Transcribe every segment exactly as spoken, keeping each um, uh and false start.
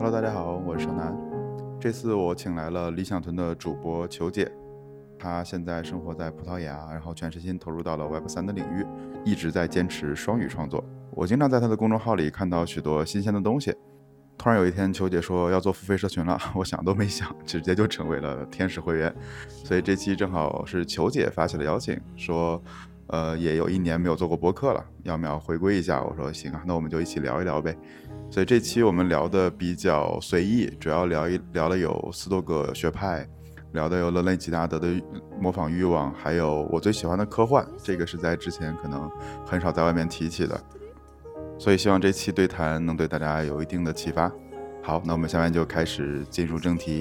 Hello， 大家好，我是盛楠。这次我请来了理想屯的主播球姐，她现在生活在葡萄牙，然后全身心投入到了 Web 三 的领域，一直在坚持双语创作。我经常在她的公众号里看到许多新鲜的东西。突然有一天，球姐说要做付费社群了，我想都没想，直接就成为了天使会员。所以这期正好是球姐发起了邀请，说呃，也有一年没有做过播客了，要不要回归一下？我说行啊，那我们就一起聊一聊呗。所以这期我们聊的比较随意，主要聊一聊了有十多个学派，聊的有人类吉纳德的模仿欲望，还有我最喜欢的科幻，这个是在之前可能很少在外面提起的。所以希望这期对谈能对大家有一定的启发。好，那我们下面就开始进入正题。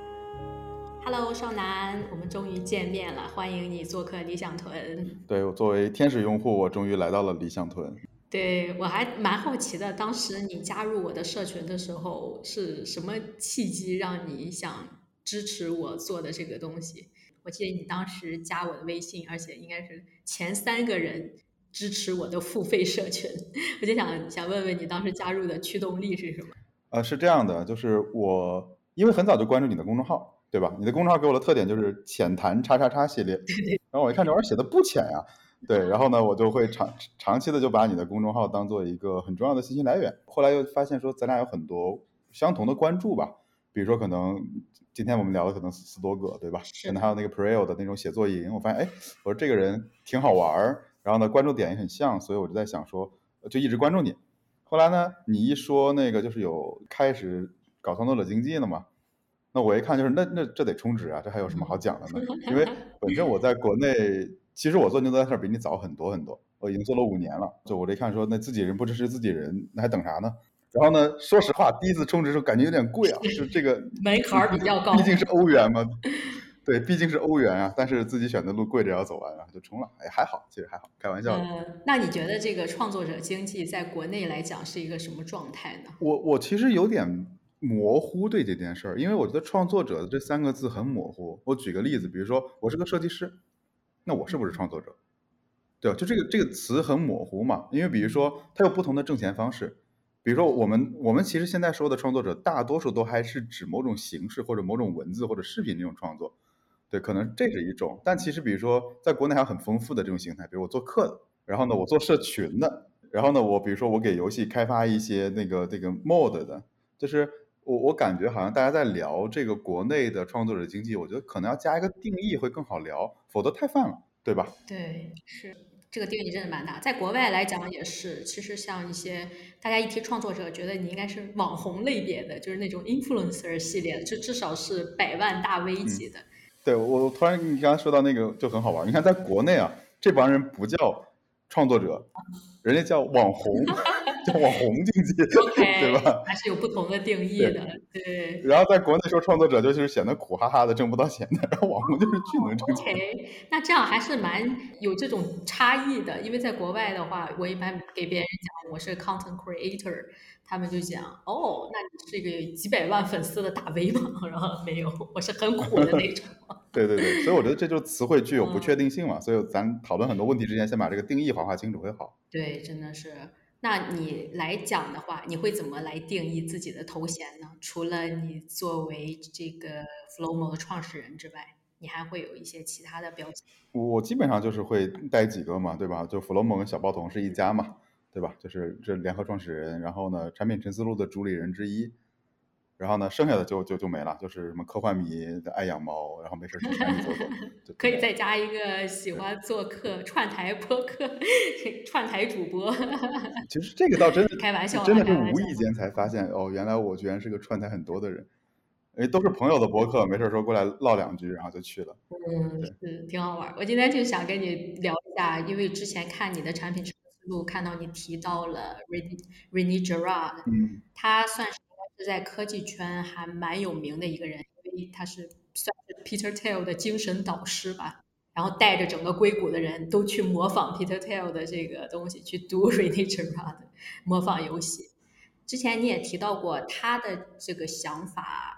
Hello， 少男，我们终于见面了，欢迎你做客理想屯。 对，我作为天使用户，我终于来到了理想屯。 对，我还蛮好奇的，当时你加入我的社群的时候，是什么契机让你想支持我做的这个东西？我记得你当时加我的微信，而且应该是前三个人支持我的付费社群，我就想想问问你当时加入的驱动力是什么？ 呃，是这样的，就是我因为很早就关注你的公众号，对吧？你的公众号给我的特点就是浅谈叉叉叉系列，然后我一看这玩意儿写的不浅呀。对，然后呢，我就会长长期的就把你的公众号当做一个很重要的信息来源。后来又发现说，咱俩有很多相同的关注吧，比如说可能今天我们聊的可能十多个，对吧？可能还有那个 Preo 的那种写作营，我发现哎，我说这个人挺好玩，然后呢关注点也很像，所以我就在想说，就一直关注你。后来呢，你一说那个就是有开始搞创作者经济了嘛，那我一看就是那那这得充值啊，这还有什么好讲的呢？因为本身我在国内。其实我做牛仔事比你早很多很多，我已经做了五年了。就我这看说，那自己人不支持自己人，那还等啥呢？然后呢，说实话，第一次充值的时候感觉有点贵啊，就这个门槛比较高， 毕竟是欧元嘛。对，毕竟是欧元啊，但是自己选的路跪着要走完，然后就充了。哎，还好，其实还好，开玩笑的。 呃，那你觉得这个创作者经济在国内来讲是一个什么状态呢？ 我我其实有点模糊对这件事儿，因为我觉得创作者这三个字很模糊。我举个例子，比如说我是个设计师。那我是不是创作者？对吧？就这个这个词很模糊嘛，因为比如说它有不同的挣钱方式，比如说我们我们其实现在说的创作者，大多数都还是指某种形式或者某种文字或者视频这种创作，对，可能这是一种。但其实比如说在国内还有很丰富的这种形态，比如我做课的，然后呢我做社群的，然后呢我比如说我给游戏开发一些那个这个 mod 的，就是我我感觉好像大家在聊这个国内的创作者经济，我觉得可能要加一个定义会更好聊，否则太泛了，对吧？ 对，是这个定义真的蛮大。在国外来讲也是，其实像一些大家一提创作者，觉得你应该是网红类别的，就是那种 influencer 系列的，就至少是百万大 V 级的。 嗯、对，我突然你刚才说到那个就很好玩，你看在国内啊，这帮人不叫创作者，人家叫网红。叫网红经济 ，okay, 对吧？ 还是有不同的定义的，对。对， 然后在国内说创作者就是显得苦哈哈的，挣不到钱的，然后网红就是巨能挣钱。 哦 OK， 那这样还是蛮有这种差异的，因为在国外的话，我一般给别人讲我是 content creator， 他们就讲哦，那你是一个几百万粉丝的大 V 吗？然后没有，我是很苦的那种。 对对对，所以我觉得这就是词汇具有不确定性嘛，嗯、所以咱讨论很多问题之前，先把这个定义划划清楚会好。 对，真的是。那你来讲的话，你会怎么来定义自己的头衔呢？除了你作为这个 Flomo 的创始人之外，你还会有一些其他的标签？ 我基本上就是会带几个嘛，对吧？就 Flomo 跟小报童是一家嘛，对吧？就是这联合创始人，然后呢，产品沉思路的主理人之一。然后呢，剩下的就就就没了，就是什么科幻迷爱养猫，然后没事去山里走走。 可以再加一个喜欢做客串台播客、串台主播。 其实这个倒真的开玩笑， 真的是无意间才发现哦，原来我居然是个串台很多的人。哎，都是朋友的播客，没事说过来唠两句，然后就去了。 嗯，是挺好玩。我今天就想跟你聊一下，因为之前看你的产品思路，看到你提到了 René Girard， 嗯， 他算是是在科技圈还蛮有名的一个人，因为他是算是 Peter Thiel 的精神导师吧。然后带着整个硅谷的人都去模仿 Peter Thiel 的这个东西，去读 René Girard 的模仿游戏。之前你也提到过他的这个想法。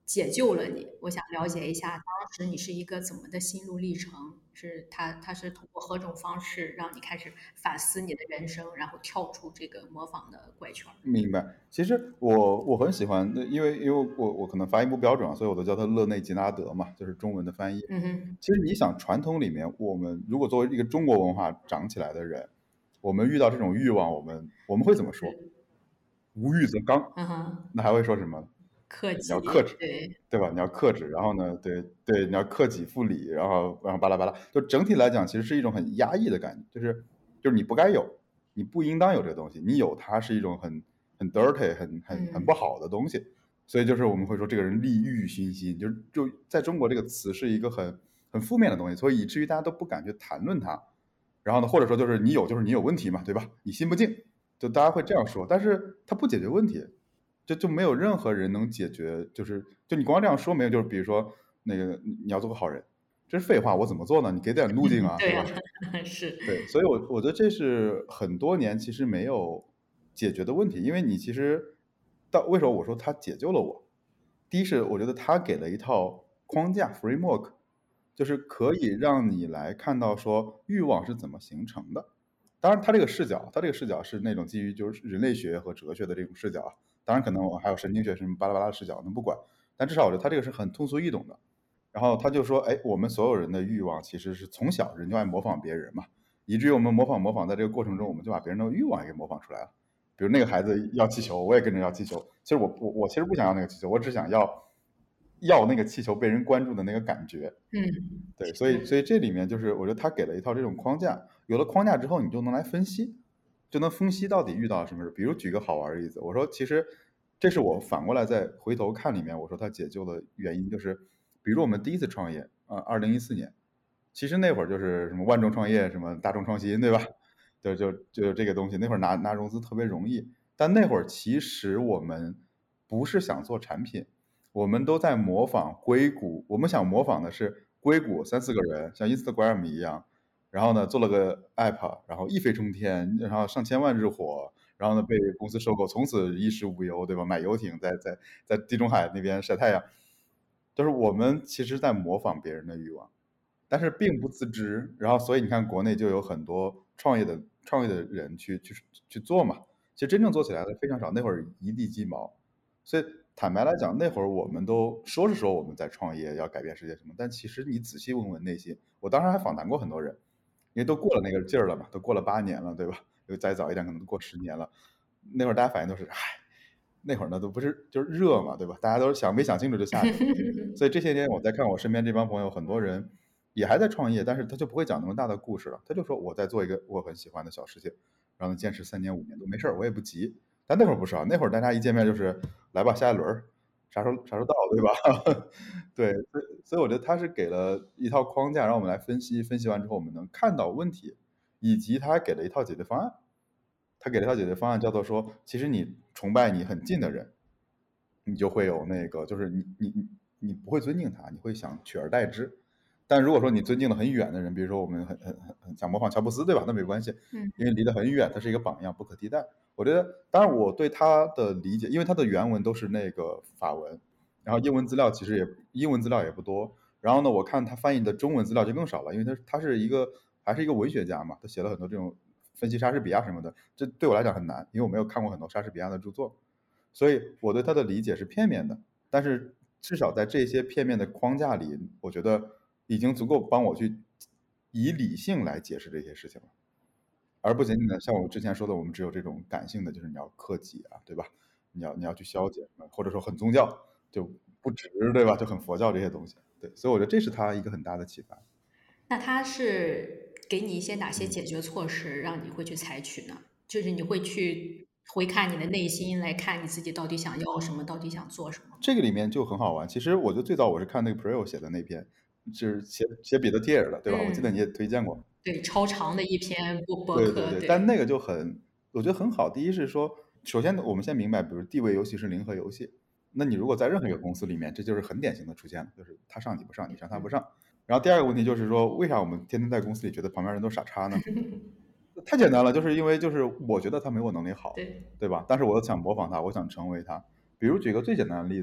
解救了你。我想了解一下，当时你是一个怎么的心路历程？是他他是通过何种方式让你开始反思你的人生，然后跳出这个模仿的怪圈？ 明白。其实我我很喜欢，因为因为我我可能发音不标准啊，所以我都叫他勒内吉纳德嘛，就是中文的翻译。 嗯哼， 其实你想，传统里面，我们如果作为一个中国文化长起来的人，我们遇到这种欲望，我们我们会怎么说？无欲则刚。 嗯哼， 那还会说什么？你克己， 要克制， 对， 对吧？你要克制，然后呢，对对，你要克己复礼，然后然后巴拉巴拉，就整体来讲，其实是一种很压抑的感觉，就是就是你不该有，你不应当有这个东西，你有它是一种很很 dirty、很很很不嗯好的东西，所以就是我们会说这个人利欲熏心，就就在中国这个词是一个很很负面的东西，所以以至于大家都不敢去谈论它。然后呢，或者说就是你有就是你有问题嘛，对吧？你心不静，就大家会这样说，但是它不解决问题，就就没有任何人能解决，就是就你光这样说没有，就是比如说那个你你要做个好人，这是废话，我怎么做呢？你给点路径啊， 对啊， 对吧？ 是， 对，所以我我觉得这是很多年其实没有解决的问题，因为你其实到为什么我说他解救了我？第一是我觉得他给了一套框架 framework，就是可以让你来看到说欲望是怎么形成的。当然，他这个视角，他这个视角是那种基于就是人类学和哲学的这种视角啊。当然，可能我还有神经学什么巴拉巴拉的视角，那不管。但至少我觉得他这个是很通俗易懂的。然后他就说，哎，我们所有人的欲望其实是从小人就爱模仿别人嘛，以至于我们模仿模仿，在这个过程中，我们就把别人的欲望也给模仿出来了。比如那个孩子要气球，我也跟着要气球。其实我我我其实不想要那个气球，我只想要要那个气球被人关注的那个感觉。 嗯， 对，所以所以这里面就是我觉得他给了一套这种框架，有了框架之后，你就能来分析，就能分析到底遇到了什么事。比如举个好玩的例子，我说其实这是我反过来再回头看里面，我说他解救的原因就是，比如我们第一次创业啊，二零一四年，其实那会儿就是什么万众创业，什么大众创新，对吧？就就就这个东西，那会儿拿拿融资特别容易，但那会儿其实我们不是想做产品，我们都在模仿硅谷，我们想模仿的是硅谷三四个人，像 Instagram 一样，然后呢做了个 app，然后一飞冲天，然后上千万日活，然后呢被公司收购，从此衣食无忧，对吧？买游艇在在在地中海那边晒太阳，就是我们其实在模仿别人的欲望，但是并不自知。然后所以你看国内就有很多创业的创业的人去去去做嘛，其实真正做起来的非常少，那会儿一地鸡毛。所以坦白来讲，那会儿我们都说是说我们在创业要改变世界什么，但其实你仔细问问内心，我当时还访谈过很多人，因为都过了那个劲儿了嘛，都过了八年了，对吧？又再早一点可能都过十年了，那会儿大家反应都是，唉，那会儿呢都不是就是热嘛，对吧？大家都是想没想清楚就下去了。所以这些年我在看我身边这帮朋友，很多人也还在创业，但是他就不会讲那么大的故事了，他就说我在做一个我很喜欢的小事情，然后呢坚持三年五年都没事儿，我也不急。但那会儿不是啊，那会儿大家一见面就是来吧，下一轮儿，啥时候啥时候到，对吧？对，所以所以我觉得他是给了一套框架，让我们来分析，分析完之后我们能看到问题，以及他还给了一套解决方案。他给了一套解决方案，叫做说，其实你崇拜你很近的人，你就会有那个，就是你你你你不会尊敬他，你会想取而代之。但如果说你尊敬的很远的人，比如说我们很很很很想模仿乔布斯，对吧？那没关系， 嗯因为离得很远，他是一个榜样，不可替代。我觉得，当然我对他的理解，因为他的原文都是那个法文，然后英文资料其实也英文资料也不多。然后呢，我看他翻译的中文资料就更少了，因为他他是一个还是一个文学家嘛，他写了很多这种分析莎士比亚什么的，这对我来讲很难，因为我没有看过很多莎士比亚的著作，所以我对他的理解是片面的。但是至少在这些片面的框架里，我觉得已经足够帮我去以理性来解释这些事情了。而不仅仅的像我之前说的，我们只有这种感性的，就是你要克己啊，对吧？你要你要去消解，或者说很宗教，就不值，对吧？就很佛教这些东西，对，所以我觉得这是他一个很大的启发。 那他是给你一些哪些嗯， 解决措施，让你会去采取呢？就是你会去回看你的内心，来看你自己到底想要什么，到底想做什么吗？ 这个里面就很好玩。其实我觉得最早我是看那个 Preo 写的那篇，就是写写彼得蒂尔的，对吧？我记得你嗯， 也推荐过。 对，超长的一篇播播客， 对对对，但那对， 个就很我觉得很好。第一是说，首先我们先明白，比如地位游戏是零和游戏，那你如果在任何一个公司里面，这就是很典型的出现了，就是他上你不上，你上他不上。然后第二个问题就是说，为啥我们天天在公司里觉得旁边人都傻叉呢？太简单了，就是因为就是我觉得他没我能力好， 对， 对吧？但是我又想模仿他，我想成为他。比如举个最简单的例子，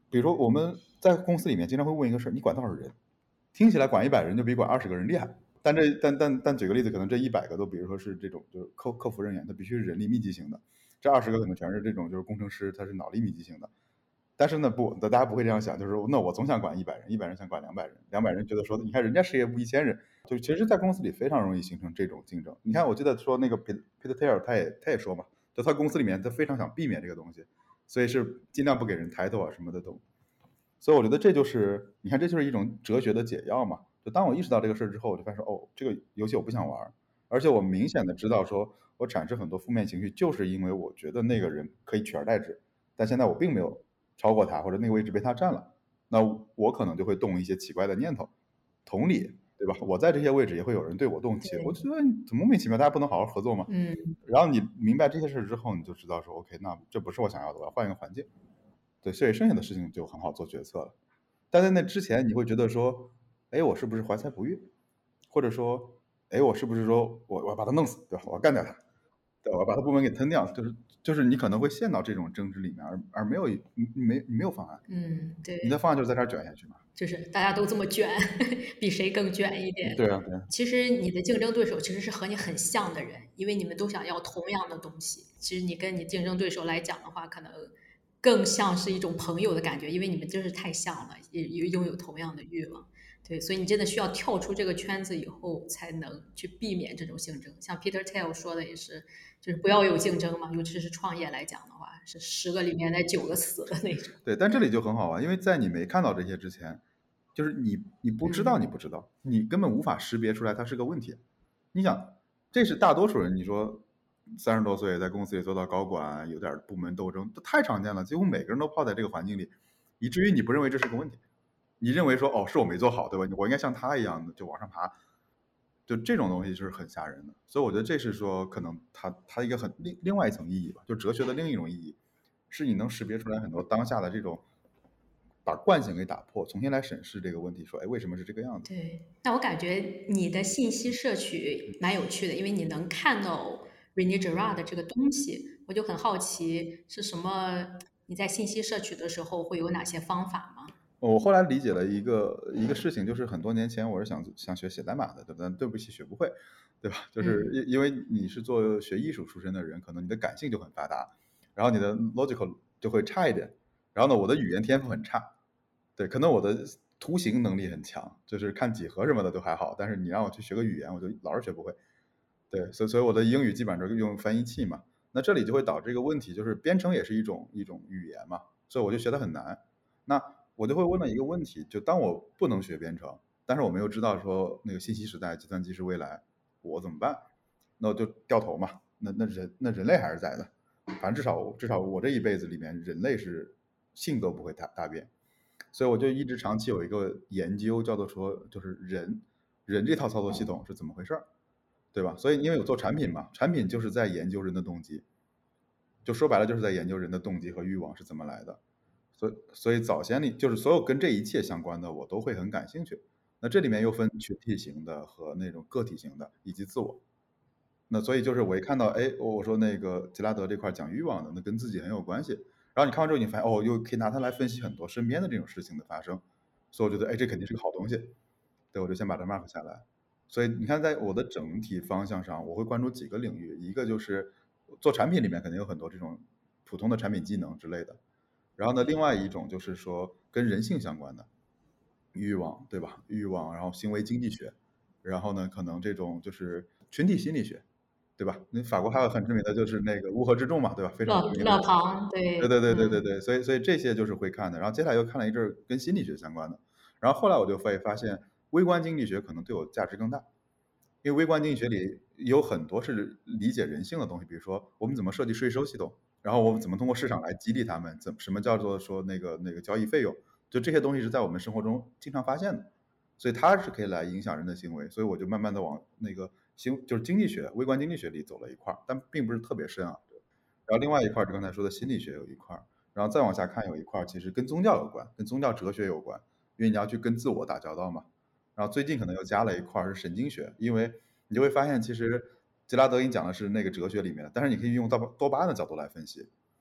比如说我们在公司里面经常会问一个事儿，你管多少人？听起来管一百人就比管二十个人厉害。但这但但但举个例子，可能这一百个都比如说是这种就是客客服人员，他必须是人力密集型的，这二十个可能全是这种就是工程师，他是脑力密集型的。但是呢，不，大家不会这样想，就是那我总想管一百人，一百人想管两百人，两百人觉得说，你看人家事业部一千人，就其实，在公司里非常容易形成这种竞争。你看，我记得说那个 Peter Peter Thiel 他也他也说嘛，就他公司里面他非常想避免这个东西，所以是尽量不给人 title 啊什么的都。所以我觉得这就是你看，这就是一种哲学的解药嘛。就当我意识到这个事儿之后，我就发现说，哦，这个游戏我不想玩，而且我明显的知道说，我产生很多负面情绪，就是因为我觉得那个人可以取而代之，但现在我并没有超过他，或者那个位置被他占了，那我可能就会动一些奇怪的念头。同理，对吧？我在这些位置也会有人对我动气，我对， 觉得怎么莫名其妙，大家不能好好合作吗？ 嗯， 然后你明白这些事之后，你就知道说，OK，那这不是我想要的，我要换一个环境。对，所以剩下的事情就很好做决策了。但在那之前，你会觉得说，哎，我是不是怀才不遇？或者说，哎，我是不是说我我要把他弄死，对吧？我要干掉他，对，我要把他部门给吞掉，就是就是你可能会陷到这种争执里面，而而没有一你你没你没有方案， 嗯， 你的对， 方案就是在这儿卷下去嘛。 就是大家都这么卷，比谁更卷一点。 对啊，对啊， 其实你的竞争对手其实是和你很像的人，因为你们都想要同样的东西。其实你跟你竞争对手来讲的话，可能更像是一种朋友的感觉，因为你们真是太像了，也也拥有同样的欲望。对，所以你真的需要跳出这个圈子以后，才能去避免这种竞争。像 Peter Thiel 说的也是，就是不要有竞争嘛，尤其是创业来讲的话，是十个里面那九个死的那种。 对，但这里就很好玩，因为在你没看到这些之前，就是你你不知道嗯， 你不知道，你根本无法识别出来它是个问题。你想，这是大多数人，你说三十多岁在公司里做到高管，有点部门斗争，这太常见了，几乎每个人都泡在这个环境里，以至于你不认为这是个问题，你认为说哦是我没做好，对吧？我应该像他一样的就往上爬，就这种东西就是很吓人的。所以我觉得这是说可能它它一个很另另外一层意义吧，就哲学的另一种意义，是你能识别出来很多当下的这种把惯性给打破，重新来审视这个问题，说哎为什么是这个样子？ 对，那我感觉你的信息摄取蛮有趣的，因为你能看到 Rene Girard 的这个东西，我就很好奇是什么？你在信息摄取的时候会有哪些方法吗？ 我后来理解了一个一个事情，就是很多年前我是想想学写代码的，但对不起学不会，对吧？就是嗯因因为你是做学艺术出身的人，可能你的感性就很发达，然后你的 logical 就会差一点。然后呢，我的语言天赋很差，对，可能我的图形能力很强，就是看几何什么的都还好，但是你让我去学个语言，我就老是学不会。对，所以所以我的英语基本上就是用翻译器嘛。那这里就会导致一个问题，就是编程也是一种一种语言嘛，所以我就学得很难。那我就会问了一个问题，就当我不能学编程，但是我们又知道说那个信息时代，计算机是未来，我怎么办？那我就掉头嘛。那那人那人类还是在的，反正至少至少我这一辈子里面，人类是性格不会大大变，所以我就一直长期有一个研究，叫做说就是人人这套操作系统是怎么回事儿。对吧？所以因为有做产品嘛，产品就是在研究人的动机，就说白了就是在研究人的动机和欲望是怎么来的。所以所以早先里就是所有跟这一切相关的，我都会很感兴趣。那这里面又分群体型的和那种个体型的，以及自我。那所以就是我一看到，哎，我说那个吉拉德这块讲欲望的，那跟自己很有关系。然后你看完之后，你发现哦，又可以拿它来分析很多身边的这种事情的发生。所以我觉得，哎，这肯定是个好东西。对，我就先把它 mark 下来。所以你看，在我的整体方向上，我会关注几个领域，一个就是做产品里面肯定有很多这种普通的产品技能之类的。然后呢，另外一种就是说跟人性相关的欲望，对吧？欲望，然后行为经济学，然后呢，可能这种就是群体心理学，对吧？那法国还有很知名的就是那个乌合之众嘛，对吧？非常勒著名的。 勒庞，对， 对对对对对嗯对，所以所以这些就是会看的。然后接下来又看了一阵儿跟心理学相关的，然后后来我就会发现微观经济学可能对我价值更大，因为微观经济学里有很多是理解人性的东西，比如说我们怎么设计税收系统，然后我们怎么通过市场来激励他们，怎么什么叫做说那个那个交易费用，就这些东西是在我们生活中经常发现的，所以它是可以来影响人的行为，所以我就慢慢的往那个行就是经济学、微观经济学里走了一块儿，但并不是特别深啊。然后另外一块儿就刚才说的心理学有一块儿，然后再往下看有一块儿其实跟宗教有关，跟宗教哲学有关，因为你要去跟自我打交道嘛。然后最近可能又加了一块儿是神经学，因为你就会发现其实吉拉德因讲的是那个哲学里面的，但是你可以用多巴多巴胺的角度来分析。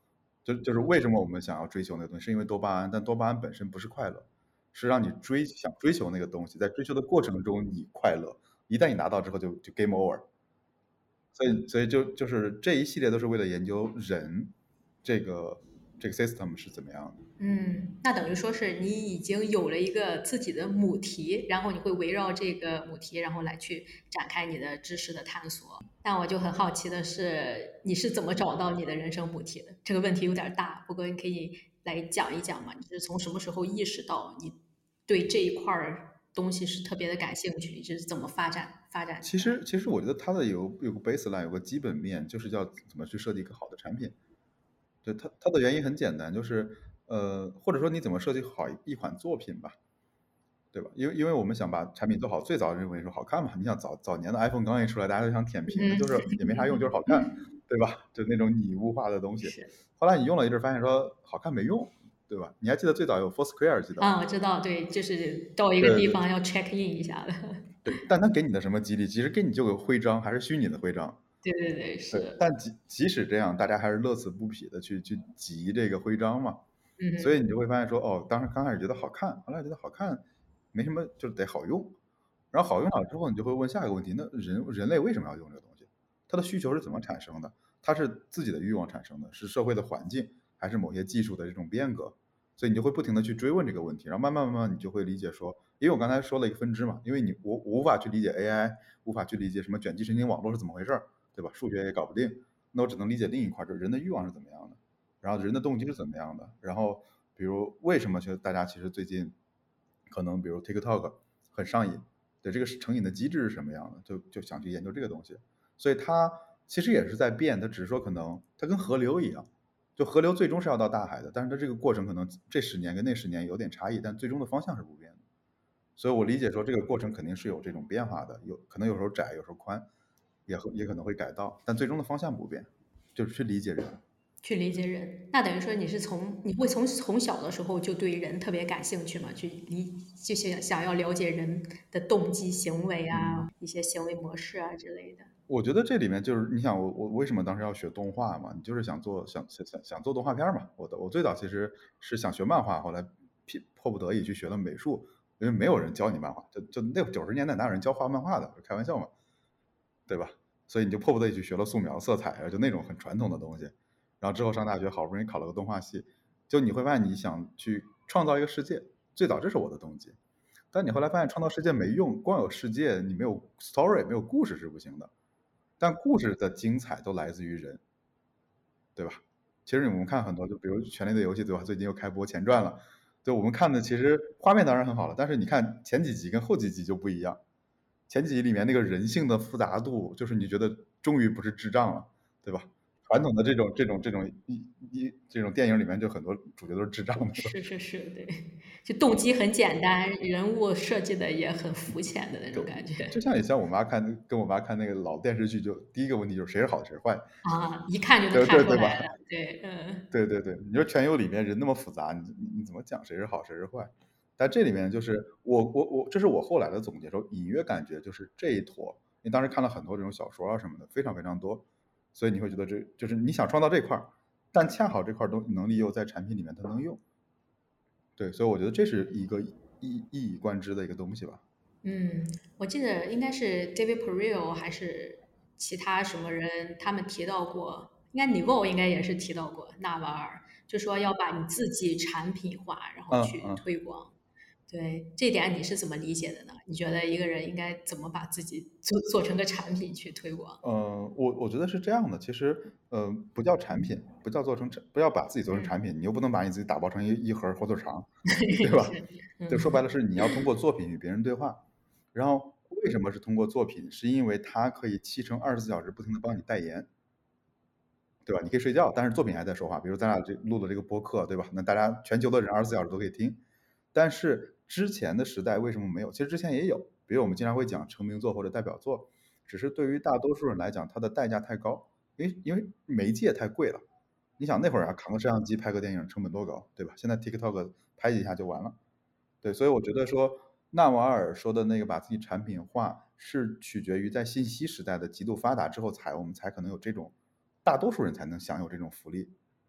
就就是为什么我们想要追求那个东西，是因为多巴胺，但多巴胺本身不是快乐，是让你追想追求那个东西，在追求的过程中你快乐，一旦你拿到之后就就 game over。所以所以就就是这一系列都是为了研究人这个这个 system 是怎么样的。 嗯，那等于说是你已经有了一个自己的母题，然后你会围绕这个母题，然后来去展开你的知识的探索。但我就很好奇的是，你是怎么找到你的人生母题的？这个问题有点大，不过你可以来讲一讲嘛。你是从什么时候意识到你对这一块儿东西是特别的感兴趣？你是怎么发展发展起来？ 其实其实我觉得它的有有个 baseline 有个基本面，就是叫怎么去设计一个好的产品。对，它它的原因很简单，就是呃，或者说你怎么设计好一一款作品吧，对吧？因为因为我们想把产品做好，最早认为说好看嘛。你想早早年的 iPhone 刚一出来，大家都想舔屏，那嗯， 就是也没啥用，就是好看，对吧？就那种拟物化的东西。 是后来你用了一阵，发现说好看没用，对吧？你还记得最早有 Foursquare 记得吗？ 啊，我知道，对，就是到一个对对地方要 check in 一下的。 对，但它给你的什么激励？其实给你就个徽章，还是虚拟的徽章。 对对对， 对， 是， 但即即使这样，大家还是乐此不疲的去去集这个徽章嘛。所以嗯你就会发现说，哦，当时刚开始觉得好看，后来觉得好看，没什么，就是得好用。然后好用了之后，你就会问下一个问题：那人人类为什么要用这个东西？它的需求是怎么产生的？它是自己的欲望产生的，是社会的环境，还是某些技术的这种变革？所以你就会不停的去追问这个问题，然后慢慢慢慢你就会理解说，因为我刚才说了一个分支嘛，因为你我我无法去理解 A I，无法去理解什么卷积神经网络是怎么回事，对吧？数学也搞不定，那我只能理解另一块，就是人的欲望是怎么样的，然后人的动机是怎么样的，然后比如为什么其实大家其实最近可能比如 TikTok 很上瘾，对这个成瘾的机制是什么样的，就就想去研究这个东西。所以它其实也是在变，它只是说可能它跟河流一样，就河流最终是要到大海的，但是它这个过程可能这十年跟那十年有点差异，但最终的方向是不变的。所以我理解说这个过程肯定是有这种变化的，有可能有时候窄，有时候宽，也也可能会改道，但最终的方向不变，就是去理解人。 去理解人，那等于说你是从你会从从小的时候就对人特别感兴趣嘛？去理就想想要了解人的动机、行为啊， 嗯， 一些行为模式啊之类的。 我觉得这里面就是你想我我为什么当时要学动画嘛？你就是想做想想想想做动画片嘛。我的我最早其实是想学漫画，后来迫迫不得已去学了美术，因为没有人教你漫画，就就那九十年代哪有人教画漫画的？开玩笑嘛，对吧？所以你就迫不得已去学了素描、色彩啊，就那种很传统的东西。然后之后上大学，好不容易考了个动画系，就你会发现你想去创造一个世界，最早这是我的动机。但你后来发现创造世界没用，光有世界你没有 story 没有故事是不行的。但故事的精彩都来自于人，对吧？其实我们看很多，就比如《权力的游戏》，对吧？最近又开播前传了，对，我们看的其实画面当然很好了，但是你看前几集跟后几集就不一样。前几集里面那个人性的复杂度，就是你觉得终于不是智障了，对吧？传统的这种这种这种一一这种电影里面，就很多主角都是智障的， 是是是，对，就动机很简单，人物设计的也很肤浅的那种对， 感觉就像以前我妈看跟我妈看那个老电视剧，就第一个问题就是谁是好谁是坏， 啊，一看就能对对对吧？ 看出来的。对，嗯对对对，你说全游里面人那么复杂，你你你怎么讲谁是好谁是坏？但这里面就是我我我，这是我后来的总结时候，隐约感觉就是这一坨，你当时看了很多这种小说啊什么的，非常非常多，所以你会觉得这就是你想创造这块儿，但恰好这块东能力又在产品里面它能用，对，所以我觉得这是一个一一以贯之的一个东西吧。 嗯，我记得应该是 David Perel 还是其他什么人，他们提到过，应该 Niveau 应该也是提到过纳瓦尔，就说要把你自己产品化，然后去嗯嗯。 推广。对，这点你是怎么理解的呢？你觉得一个人应该怎么把自己做做成个产品去推广？ 呃，我我觉得是这样的，其实，呃，不叫产品，不叫做成产，不要把自己做成产嗯， 品，你又不能把你自己打包成一一盒火腿肠，对吧？ 是， 就说白嗯了是你要通过作品与别人对话，然后为什么是通过作品？是因为它可以七乘二十四小时不停的帮你代言，对吧？你可以睡觉，但是作品还在说话。比如咱俩这录的这个播客，对吧？那大家全球的人二十四小时都可以听。但是之前的时代为什么没有？其实之前也有，比如我们经常会讲成名作或者代表作，只是对于大多数人来讲，它的代价太高，因为因为媒介太贵了。你想那会儿啊，扛个摄像机拍个电影成本多高，对吧？现在 TikTok 拍几下就完了。对，所以我觉得说纳瓦尔说的那个把自己产品化，是取决于在信息时代的极度发达之后才，我们才可能有这种大多数人才能享有这种福利。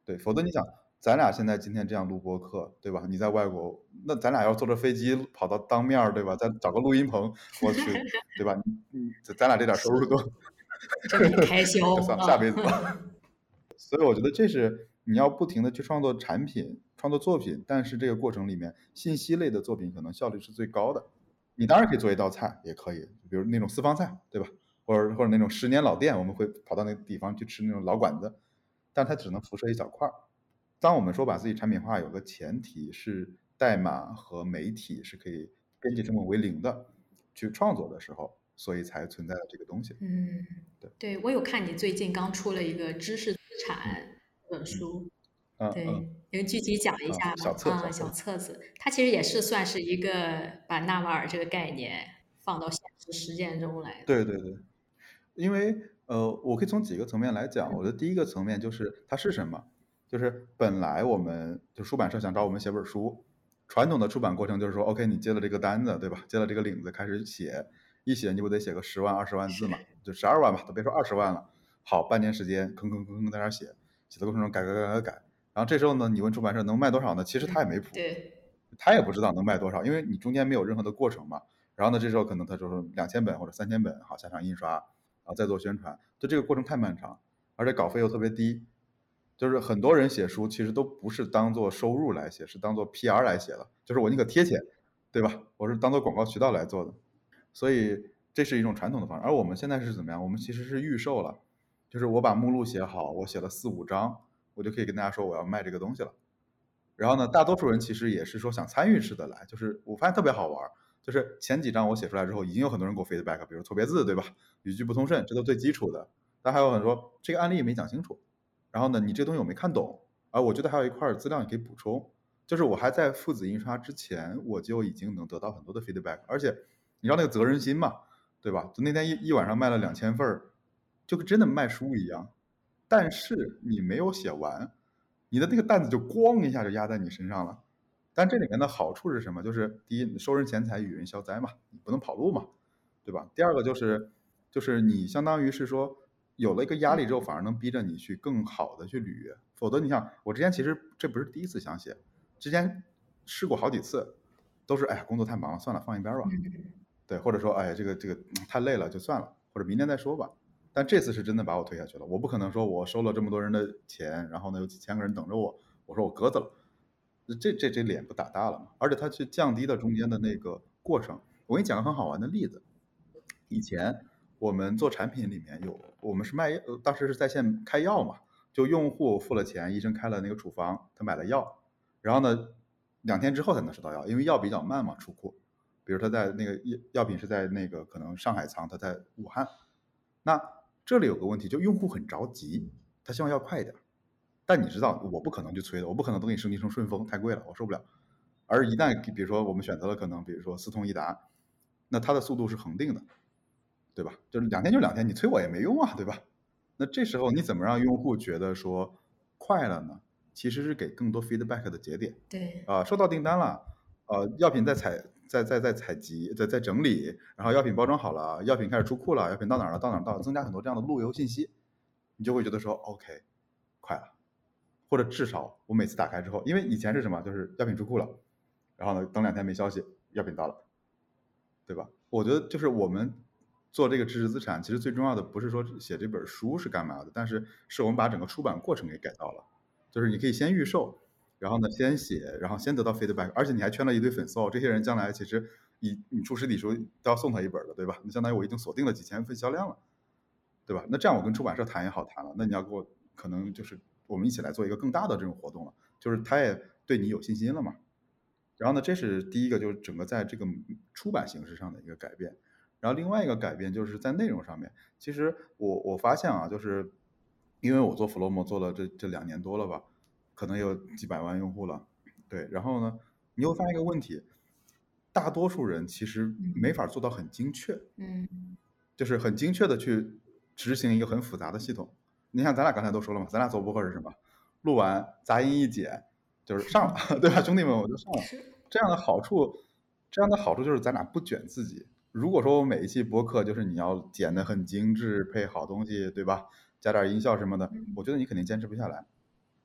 对，否则你想，咱俩现在今天这样录播客，对吧？你在外国，那咱俩要坐着飞机跑到当面儿，对吧？咱找个录音棚，我去，对吧？嗯，咱俩这点收入都这笔开销就算了，下辈子吧。所以我觉得这是你要不停的去创作产品、创作作品，但是这个过程里面，信息类的作品可能效率是最高的。你当然可以做一道菜，也可以，比如那种私房菜，对吧？或者或者那种十年老店，我们会跑到那个地方去吃那种老馆子，但它只能辐射一小块儿。当我们说把自己产品化，有个前提是代码和媒体是可以编辑成本为零的去创作的时候，所以才存在了这个东西。 嗯， 对， 对，我有看你最近刚出了一个知识资产这本书， 嗯对， 嗯能具体讲一啊， 下吗？ 小册啊， 小册。 小册子，它其实也是算是一个把纳瓦尔这个概念放到现实实践中来的。 对对对，因为呃，我可以从几个层面来讲。我的第一个层面就是它是什么，就是本来我们就出版社想找我们写本书，传统的出版过程就是说，OK，你接了这个单子，对吧？接了这个领子开始写，一写你不得写个十万二十万字嘛，就十二万吧，都别说二十万了。好，半年时间，吭吭吭吭在那儿写，写的过程中改改改改改，然后这时候呢，你问出版社能卖多少呢？其实他也没谱， 对， 他也不知道能卖多少，因为你中间没有任何的过程嘛。然后呢，这时候可能他就是两千本或者三千本，好下场印刷，然后再做宣传，就这个过程太漫长，而且稿费又特别低。就是很多人写书其实都不是当做收入来写，是当做 P R 来写的，就是我宁可贴钱，对吧？我是当做广告渠道来做的，所以这是一种传统的方式。而我们现在是怎么样？我们其实是预售了，就是我把目录写好，我写了四五章，我就可以跟大家说我要卖这个东西了。然后呢，大多数人其实也是说想参与式的来，就是我发现特别好玩，就是前几章我写出来之后，已经有很多人给我 feedback，比如错别字，对吧？语句不通顺，这都最基础的。但还有很多这个案例没讲清楚，然后呢，你这个东西我没看懂，而我觉得还有一块资料你可以补充。就是我还在父子印刷之前，我就已经能得到很多的 feedback，而且你知道那个责任心嘛，对吧？就那天一一晚上卖了两千份儿，就跟真的卖书一样。但是你没有写完，你的那个担子就咣一下就压在你身上了。但这里面的好处是什么？就是第一，收人钱财，与人消灾嘛，你不能跑路嘛，对吧？第二个就是，就是你相当于是说有了一个压力之后，反而能逼着你去更好的去履约。否则你想，我之前其实这不是第一次想写，之前试过好几次，都是哎呀工作太忙了，算了放一边吧，对，或者说哎呀这个这个太累了就算了，或者明天再说吧。但这次是真的把我推下去了，我不可能说我收了这么多人的钱，然后呢有几千个人等着我，我说我鸽子了，这这这脸不打大了嘛？而且它去降低了中间的那个过程。我给你讲个很好玩的例子，以前我们做产品里面有，我们是卖，呃当时是在线开药嘛，就用户付了钱，医生开了那个处方，他买了药，然后呢两天之后才能收到药，因为药比较慢嘛出库，比如他在那个药药品是在那个可能上海仓，他在武汉，那这里有个问题，就用户很着急，他希望药快一点，但你知道我不可能去催的，我不可能等你升级成顺丰，太贵了，我受不了。而一旦比如说我们选择了可能比如说四通一达，那它的速度是恒定的，对吧？就是两天就两天，你催我也没用啊，对吧？那这时候你怎么让用户觉得说快了呢？其实是给更多 feedback 的节点。 对， 啊、收到订单了，呃，药品在采在在在采集，在在整理，然后药品包装好了，药品开始出库了，药品到哪儿了？到哪儿到了？增加很多这样的路由信息，你就会觉得说 OK，快了。或者至少我每次打开之后，因为以前是什么，就是药品出库了，然后呢等两天没消息，药品到了，对吧？我觉得就是我们做这个知识资产，其实最重要的不是说写这本书是干嘛的，但是是我们把整个出版过程给改造了。就是你可以先预售，然后呢先写，然后先得到 feedback，而且你还圈了一堆粉丝哦，这些人将来其实你你出实体书都要送他一本的，对吧？你相当于我已经锁定了几千份销量了，对吧？那这样我跟出版社谈也好谈了，那你要给我可能就是我们一起来做一个更大的这种活动了，就是他也对你有信心了嘛。然后呢，这是第一个，就是整个在这个出版形式上的一个改变。然后另外一个改变就是在内容上面，其实我我发现啊，就是因为我做 Flomo 做了这这两年多了吧，可能有几百万用户了，对。然后呢，你会发现一个问题，大多数人其实没法做到很精确， 嗯， 就是很精确的去执行一个很复杂的系统。你看咱俩刚才都说了嘛，咱俩做播客是什么？录完杂音一剪，就是上了，对吧？兄弟们，我就上了。 是， 这样的好处，这样的好处就是咱俩不卷自己。如果说我每一期播客就是你要剪得很精致，配好东西，对吧？加点音效什么的，我觉得你肯定坚持不下来。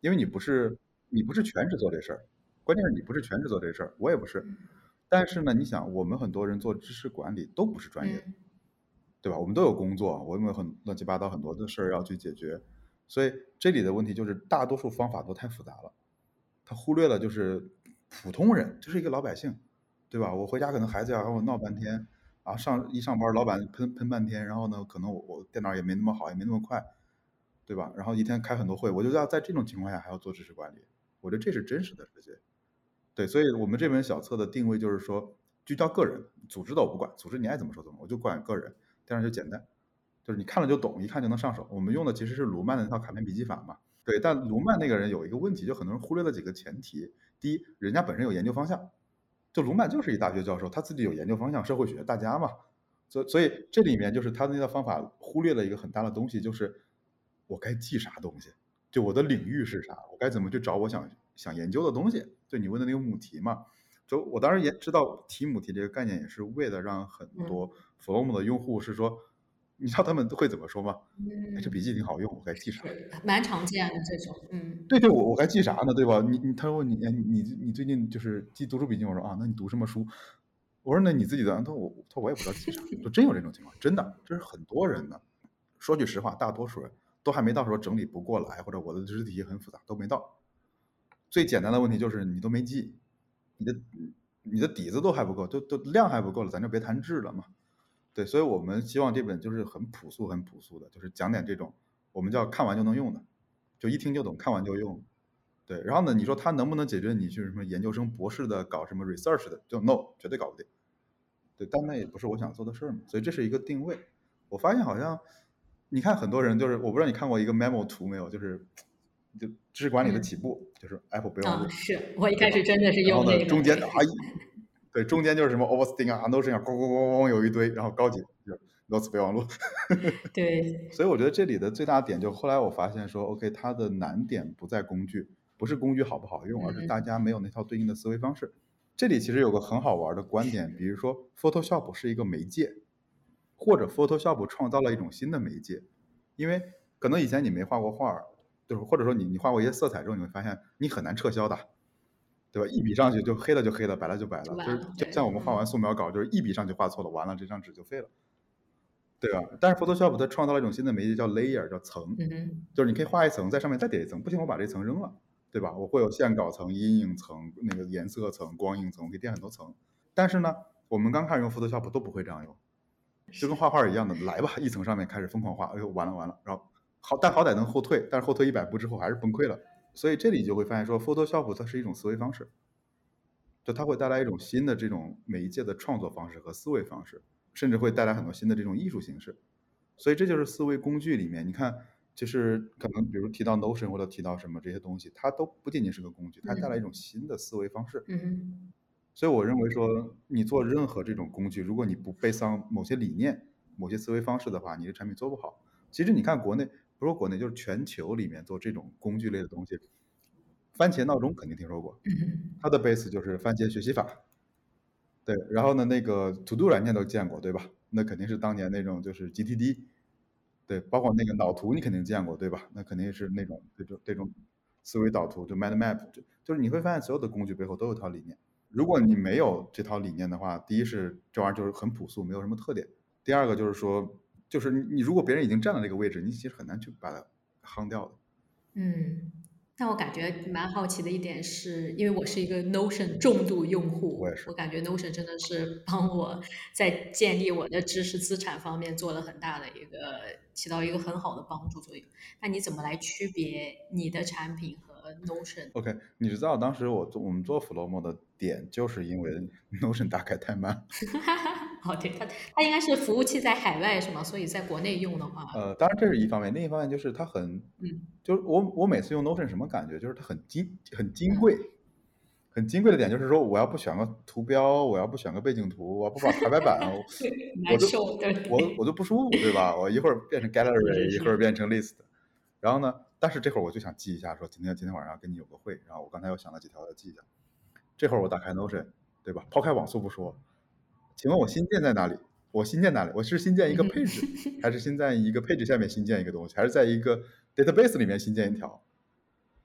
因为你不是你不是全职做这事儿，关键是你不是全职做这事儿，我也不是。但是呢，你想，我们很多人做知识管理都不是专业的， 嗯对吧？我们都有工作，我们有很乱七八糟很多的事儿要去解决，所以这里的问题就是大多数方法都太复杂了，他忽略了就是普通人，就是一个老百姓，对吧？我回家可能孩子要和我闹半天，啊，上一上班老板喷喷半天，然后呢，可能我我电脑也没那么好，也没那么快，对吧？然后一天开很多会，我就要在这种情况下还要做知识管理，我觉得这是真实的世界。对，所以我们这本小册的定位就是说，聚焦个人，组织的我不管，组织你爱怎么说怎么，我就管个人。第二就简单，就是你看了就懂，一看就能上手。我们用的其实是卢曼的那套卡片笔记法嘛。对，但卢曼那个人有一个问题，就很多人忽略了几个前提。第一，人家本身有研究方向，就卢曼就是一大学教授，他自己有研究方向，社会学大家嘛。所以所以这里面就是他的那套方法忽略了一个很大的东西，就是我该记啥东西，就我的领域是啥，我该怎么去找我想想研究的东西。就你问的那个母题嘛，就我当然也知道提母题这个概念，也是为了让很多 Flomo 的用户是说，你知道他们会怎么说吗？哎，这笔记挺好用，我该记啥？ 是蛮常见的这种，嗯， 对对，我我该记啥呢？对吧？你你他说你哎你你最近就是记读书笔记，我说啊，那你读什么书？我说那你自己的，他说我他说我也不知道记啥，就真有这种情况，真的，这是很多人的。说句实话，大多数人都还没到说整理不过来，或者我的知识体系很复杂，都没到。最简单的问题就是你都没记，你的你的底子都还不够，都都量还不够了，咱就别谈质了嘛。对，所以我们希望这本就是很朴素、很朴素的，就是讲点这种我们叫看完就能用的，就一听就懂，看完就用。对，然后呢，你说它能不能解决你去什么研究生、博士的搞什么 research 的？就 no，绝对搞不定。对，但那也不是我想做的事儿嘛，所以这是一个定位。我发现好像，你看很多人就是，我不知道你看过一个 memo 图没有，就是就知识管理的起步，就是 Apple 备忘录。 啊，是我一开始真的是然后呢， 用那个， 中间啊一，对，中间就是什么 Oversting 啊、Notion 啊，咣咣咣咣有一堆，然后高级就是 Notes 备忘录。 对， 所以我觉得这里的最大点就后来我发现说，OK，它的难点不在工具，不是工具好不好用，而是大家没有那套对应的思维方式。这里其实有个很好玩的观点，比如说 Photoshop 是一个媒介，或者 Photoshop 创造了一种新的媒介，因为可能以前你没画过画，就是或者说你你画过一些色彩之后，你会发现你很难撤销的，对吧？一笔上去就黑了就黑了，白了就白了，就是就像我们画完素描稿，就是一笔上去画错了，完了这张纸就废了。对吧？但是 Photoshop 它创造了一种新的媒介，叫 layer， 叫层， 嗯就是你可以画一层，在上面再叠一层，不行我把这层扔了，对吧？我会有线稿层、阴影层、那个颜色层、光影层，我可以垫很多层。但是呢，我们刚开始用 Photoshop 都不会这样用，就跟画画一样的，来吧，一层上面开始疯狂画，哎呦完了完了，然后好，但好歹能后退，但是后退一百步之后还是崩溃了。所以这里就会发现说 Photoshop 它是一种思维方式，就它会带来一种新的这种媒介的创作方式和思维方式，甚至会带来很多新的这种艺术形式。所以这就是思维工具里面，你看，就是可能比如提到 Notion 或者提到什么这些东西，它都不仅仅是个工具，它带来一种新的思维方式。 嗯所以我认为说，你做任何这种工具，如果你不背上某些理念、某些思维方式的话，你的产品做不好。其实你看国内，不是说国内，就是全球里面做这种工具类的东西，番茄闹钟肯定听说过， 嗯它的 base 就是番茄学习法。对，然后呢，那个 To Do 软件都见过，对吧？那肯定是当年那种就是 G T D，对，包括那个脑图你肯定见过，对吧？那肯定是那种这种这种思维导图，就 Mind Map，就就是你会发现所有的工具背后都有套理念。如果你没有这套理念的话，第一是这玩意儿就是很朴素，没有什么特点；第二个就是说，就是你你如果别人已经站了这个位置，你其实很难去把它夯掉的。 嗯。但我感觉蛮好奇的一点是，因为我是一个 Notion 重度用户， 我也是我感觉 Notion 真的是帮我在建立我的知识资产方面做了很大的一个，起到一个很好的帮助作用。那你怎么来区别你的产品和 Notion？ OK，你知道当时我做我们做 Flomo 的点，就是因为 Notion 打开太慢。 哦，对，它它应该是服务器在海外是吗？所以在国内用的话， 呃，当然这是一方面，另一方面就是它很， 嗯就是我我每次用 Notion 什么感觉，就是它很金很金贵，很金贵的点就是说，我要不选个图标，我要不选个背景图，我要不把排排版，我对， 我就难受，对我我就不舒服，对吧？我一会儿变成 gallery，一会儿变成 list，然后呢，但是这会儿我就想记一下，说今天今天晚上跟你有个会，然后我刚才又想了几条要记一下，这会儿我打开 Notion，对吧？抛开网速不说，请问我新建在哪里？我新建哪里？我是新建一个配置，还是新建一个配置下面新建一个东西，还是在一个 database 里面新建一条？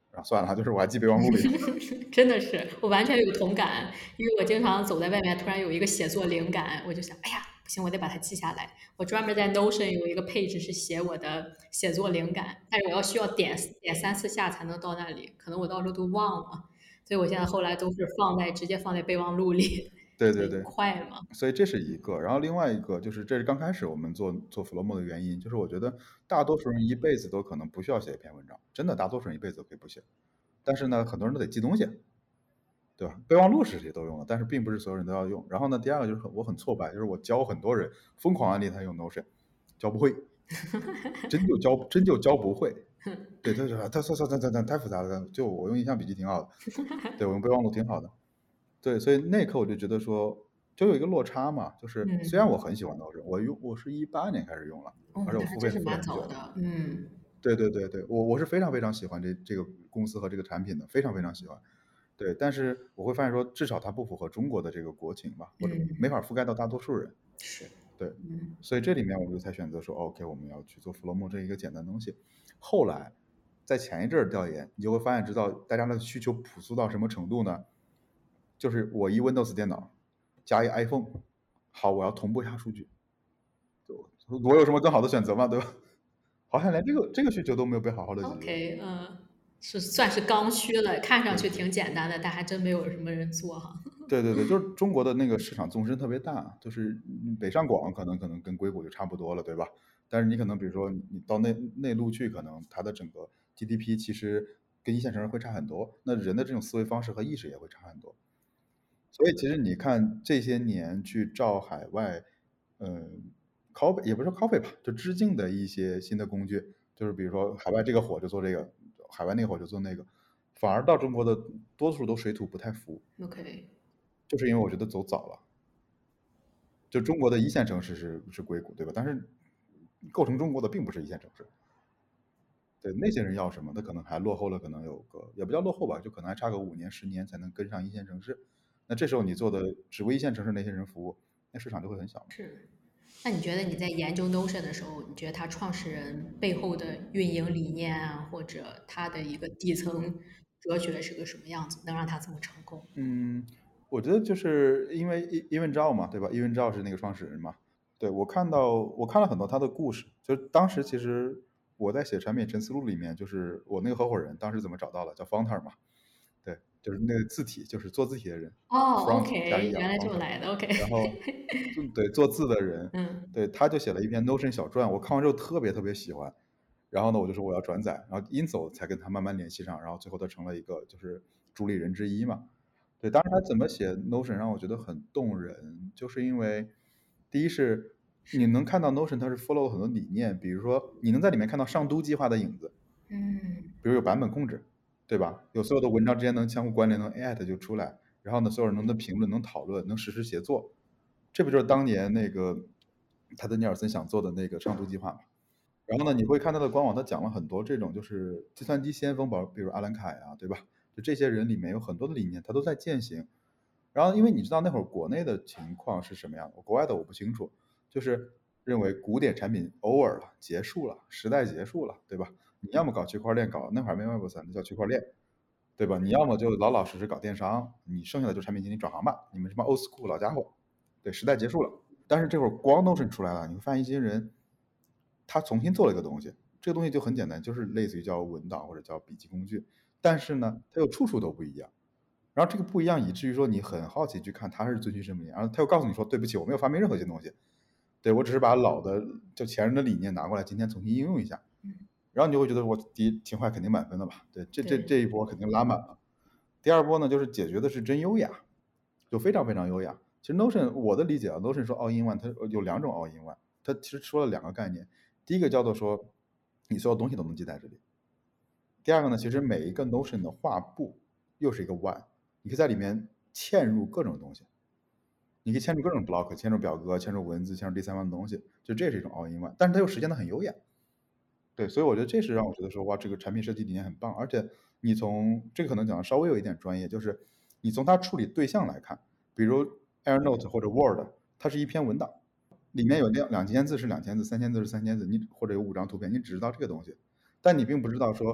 然后算了，就是我还记备忘录里。 真的是，我完全有同感，因为我经常走在外面，突然有一个写作灵感，我就想，哎呀，不行，我得把它记下来。我专门在 Notion 有一个 page 是写我的写作灵感，但是我要需要点点三四下才能到那里，可能我到时候都忘了，所以我现在后来都是放在直接放在备忘录里，所以对对对， 快嘛。 所以这是一个，然后另外一个就是这是刚开始我们做做 Flomo 的原因，就是我觉得大多数人一辈子都可能不需要写一篇文章，真的大多数人一辈子都可以不写，但是呢，很多人都得记东西，对吧？备忘录是谁都用的，但是并不是所有人都要用。然后呢，第二个就是很我很挫败，就是我教很多人疯狂安利他用 Notion，教不会，真就教真就教不会。对，他说他说说他他他太复杂了，就我用印象笔记挺好的，对我用备忘录挺好的。对，所以那一刻我就觉得说，就有一个落差嘛，就是虽然我很喜欢 Notion，我用我是一八年开始用了， 哦， 而且我付费那还真是付了很久。 蛮早的，嗯对对对对，我我是非常非常喜欢这这个公司和这个产品的，非常非常喜欢。对，但是我会发现说，至少它不符合中国的这个国情吧，或者嗯， 没法覆盖到大多数人。 是， 对， 嗯所以这里面我就才选择说，OK，我们要去做 Flomo 这一个简单的东西。后来在前一阵儿调研，你就会发现，知道大家的需求朴素到什么程度呢？就是我一 Windows 电脑加一 iPhone，好，我要同步一下数据，我有什么更好的选择吗？对吧？好像连这个这个需求都没有被好好的解决。 ，OK，嗯，是算是刚需了，看上去对挺简单的，但还真没有什么人做哈。 对对对，就是中国的那个市场纵深特别大，就是嗯北上广可能可能跟硅谷就差不多了，对吧？但是你可能比如说你到内内陆去，可能它的整个 G D P 其实跟一线城市会差很多，那人的这种思维方式和意识也会差很多。所以其实你看这些年去照海外，嗯，copy 也不是 copy 吧，就致敬的一些新的工具，就是比如说海外这个火就做这个，海外那个火就做那个，反而到中国的多数都水土不太服， OK， 就是因为我觉得走早了。就中国的一线城市是是硅谷，对吧？但是构成中国的并不是一线城市。对，那些人要什么？他可能还落后了，可能有个也不叫落后吧，就可能还差个五年、十年才能跟上一线城市。那这时候你做的只为一线城市那些人服务，那市场就会很小嘛。 是。那你觉得你在研究 Notion 的时候，你觉得它创始人背后的运营理念啊，或者他的一个底层哲学是个什么样子，能让他这么成功？ 嗯，我觉得就是因为伊伊文赵嘛，对吧？伊文赵是那个创始人嘛。对，我看到我看了很多他的故事，就是当时其实我在写产品陈思路里面，就是我那个合伙人当时怎么找到了，叫 Fonter 嘛。对，就是那个字体，就是做字体的人哦 ，front 加一 ，OK， 啊原来这么 ，Fonter。 来的，OK， 然后就对做字的人， 嗯对他就写了一篇 Notion 小传，我看完之后特别特别喜欢。然后呢，我就说我要转载，然后因此我才跟他慢慢联系上，然后最后他成了一个就是主理人之一嘛。对，当时他怎么写 Notion 让我觉得很动人，就是因为第一是你能看到 Notion 它是 follow 了很多理念，比如说你能在里面看到上都计划的影子， 嗯比如有版本控制，对吧？有所有的文章之间能相互关联，能 at 就出来，然后呢，所有人能能评论、能讨论、能实时协作，这不就是当年那个泰德尼尔森想做的那个上都计划吗？然后呢，你会看他的官网，他讲了很多这种就是计算机先锋，比如阿兰凯啊，对吧？就这些人里面有很多的理念，他都在践行。然后因为你知道那会儿国内的情况是什么样的，国外的我不清楚，就是认为古典产品 over 了，结束了，时代结束了，对吧？你要么搞区块链，搞那会儿没 Web 三，那叫区块链，对吧？你要么就老老实实搞电商，你剩下的就产品经理转行吧，你们什么 old school 老家伙，对，时代结束了。但是这会儿光 Notion 出来了，你会发现一些人他重新做了一个东西，这个东西就很简单，就是类似于叫文档或者叫笔记工具，但是呢，它又处处都不一样。然后这个不一样，以至于说你很好奇去看它是遵循什么理念，然后他又告诉你说，对不起，我没有发明任何新东西，对我只是把老的就前人的理念拿过来，今天重新应用一下。然后你就会觉得我第一情怀肯定满分了吧？对，这这这一波肯定拉满了。第二波呢，就是解决的是真优雅，就非常非常优雅。其实 Notion 我的理解啊，Notion 说 all in one，它有两种 all in one，它其实说了两个概念。第一个叫做说，你所有东西都能记在这里。第二个呢，其实每一个 Notion 的画布又是一个 one，你可以在里面嵌入各种东西，你可以嵌入各种 block， 嵌入表格，嵌入文字，嵌入第三方的东西，就这是一种 all in one，但是它又实现的很优雅。对，所以我觉得这是让我觉得说，哇，这个产品设计理念很棒，而且你从这个可能讲的稍微有一点专业，就是你从它处理对象来看，比如 AirNote 或者 Word，它是一篇文档，里面有两两千字是两千字，三千字是三千字，你或者有五张图片，你只知道这个东西，但你并不知道说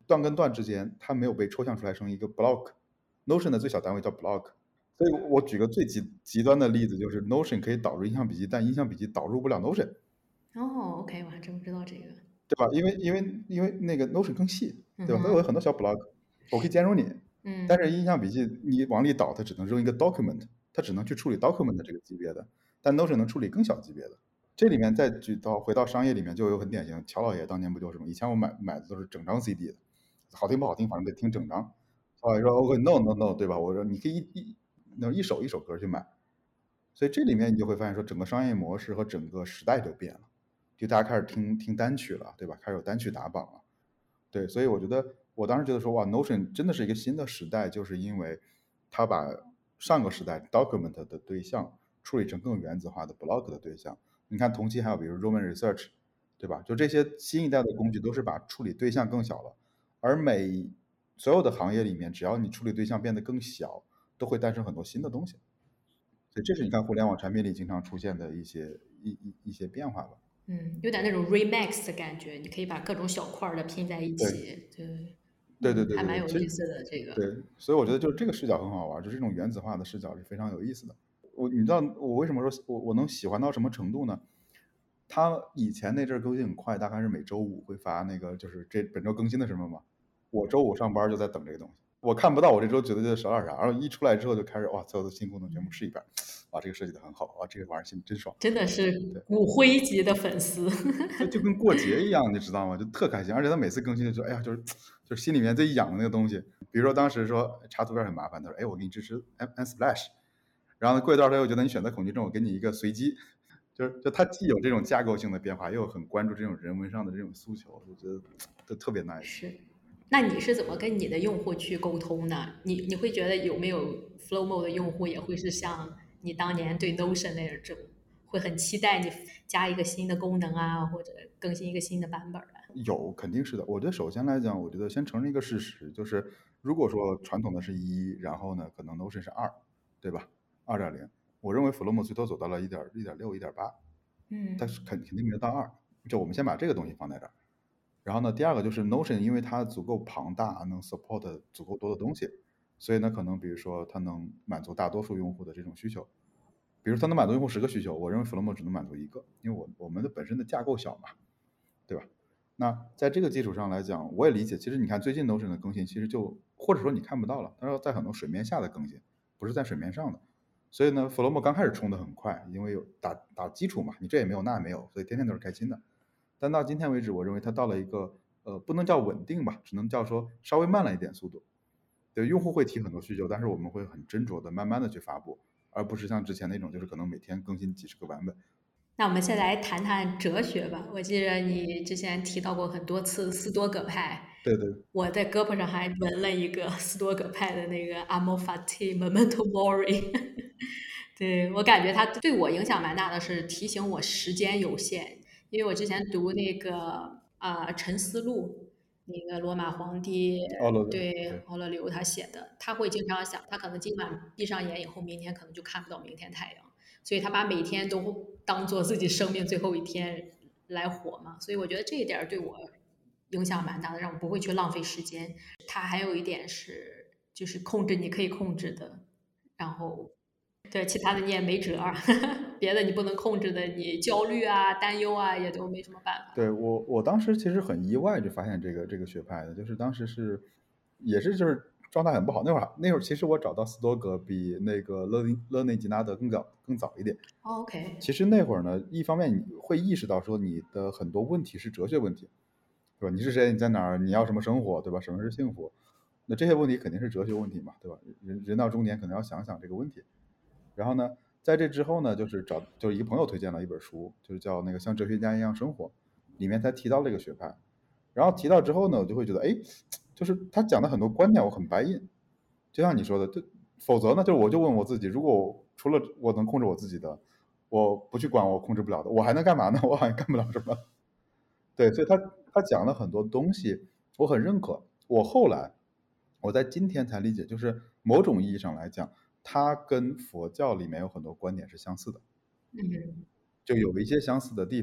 段跟段之间它没有被抽象出来成一个 block。Notion 的最小单位叫 block。所以我举个最极极端的例子，就是 Notion 可以导入印象笔记，但印象笔记导入不了 Notion。 哦，OK，我还真不知道这个。 对吧？因为因为因为那个 Notion 更细，对吧？它嗯哼有很多小 block，我可以兼容你。 嗯但是印象笔记你往里导，它只能扔一个 document，它只能去处理 document 这个级别的，但 Notion 能处理更小级别的。这里面再举到回到商业里面，就有很典型，乔老爷当年不就是吗？以前我买买的都是整张 C D 的，好听不好听，反正得听整张。乔老爷说 OK no no no，对吧？我说你可以一一那一首一首歌去买。所以这里面你就会发现说，整个商业模式和整个时代都变了，就大家开始听听单曲了，对吧？开始有单曲打榜了。对，所以我觉得我当时觉得说，哇 ，Notion 真的是一个新的时代，就是因为它把上个时代 document 的对象处理成更原子化的 block 的对象。你看同期还有比如 Roman Research，对吧？就这些新一代的工具都是把处理对象更小了，而每所有的行业里面，只要你处理对象变得更小，都会诞生很多新的东西。所以这是你看互联网产品里经常出现的一些一一一些变化吧。 嗯，有点那种 remix 的感觉，你可以把各种小块的拼在一起，对， 对对对还蛮对对， 有意思的这个。 对，所以我觉得就是这个视角很好玩，就是这种原子化的视角是非常有意思的。我你知道我为什么说我我能喜欢到什么程度呢？他以前那阵儿更新很快，大概是每周五会发那个就是这本周更新的什么嘛。我周五上班就在等这个东西，我看不到我这周觉得就少点啥，然后一出来之后就开始哇，所有的新功能全部试一遍，哇，这个设计的很好，哇，这个玩意儿真真爽。 真的是骨灰级的粉丝。 就就跟过节一样，你知道吗？就特开心，而且他每次更新的时候，哎呀，就是就是心里面最痒的那个东西。比如说当时说查图片很麻烦，他说，哎，我给你支持 Unsplash，然后过一段他又觉得你选择恐惧症，我给你一个随机，就是就他既有这种架构性的变化，又很关注这种人文上的这种诉求，我觉得都特别 nice。 是，那你是怎么跟你的用户去沟通呢？你你会觉得有没有 Flowmo 的用户也会是像你当年对 Notion 那种，会很期待你加一个新的功能啊，或者更新一个新的版本啊？ 有，肯定是的。我觉得首先来讲，我觉得先承认一个事实，就是如果说传统的是一，然后呢，可能 Notion 是二，对吧？二点零，我认为 Flomo 最多走到了一点一点六、一点八， 嗯， 但是肯肯定没有到二。就我们先把这个东西放在这儿。然后呢，第二个就是 Notion，因为它足够庞大，能 support 足够多的东西，所以呢，可能比如说它能满足大多数用户的这种需求。比如它能满足用户十个需求，我认为 Flomo 只能满足一个，因为我我们的本身的架构小嘛，对吧？那在这个基础上来讲，我也理解，其实你看最近 Notion 的更新，其实就或者说你看不到了，它是在很多水面下的更新，不是在水面上的。所以呢 Flomo 刚开始冲的很快，因为有打打基础嘛，你这也没有那也没有，所以天天都是开心的。但到今天为止，我认为它到了一个呃不能叫稳定吧，只能叫说稍微慢了一点速度。对，用户会提很多需求，但是我们会很斟酌的、慢慢的去发布，而不是像之前那种就是可能每天更新几十个版本。 那我们先来谈谈哲学吧。我记得你之前提到过很多次斯多葛派， 对对， 我在胳膊上还纹了一个斯多葛派的那个 Amor Fati Memento Mori。对，我感觉他对我影响蛮大的，是提醒我时间有限。因为我之前读那个啊、呃沉思录》，那个罗马皇帝奥勒留， 对对奥勒留他写的，他会经常想，他可能今晚闭上眼以后，明天可能就看不到明天太阳。所以他把每天都当做自己生命最后一天来活嘛，所以我觉得这一点对我影响蛮大的，让我不会去浪费时间。他还有一点是，就是控制你可以控制的，然后对其他的你也没辙儿，别的你不能控制的，你焦虑啊、担忧啊，也都没什么办法。 对，我我当时其实很意外，就发现这个这个学派的，就是当时是也是就是状态很不好，那会儿那会儿其实我找到斯多葛比那个勒内勒内吉纳德更早更早一点。 哦 OK， 其实那会儿呢，一方面你会意识到说你的很多问题是哲学问题，对吧？你是谁？你在哪儿？你要什么生活？对吧？什么是幸福？那这些问题肯定是哲学问题嘛，对吧？人人到中年可能要想想这个问题。然后呢，在这之后呢，就是找就是一个朋友推荐了一本书，就是叫那个像哲学家一样生活，里面才提到这个学派。然后提到之后呢，我就会觉得，哎，就是他讲的很多观点我很 buy in，就像你说的，就否则呢，就是我就问我自己，如果我除了我能控制我自己的，我不去管我控制不了的，我还能干嘛呢？我好像干不了什么。对，所以他他讲了很多东西，我很认可。我后来我在今天才理解，就是某种意义上来讲，它跟佛教里面有很多观点是相似的， 嗯就有一些相似的地方。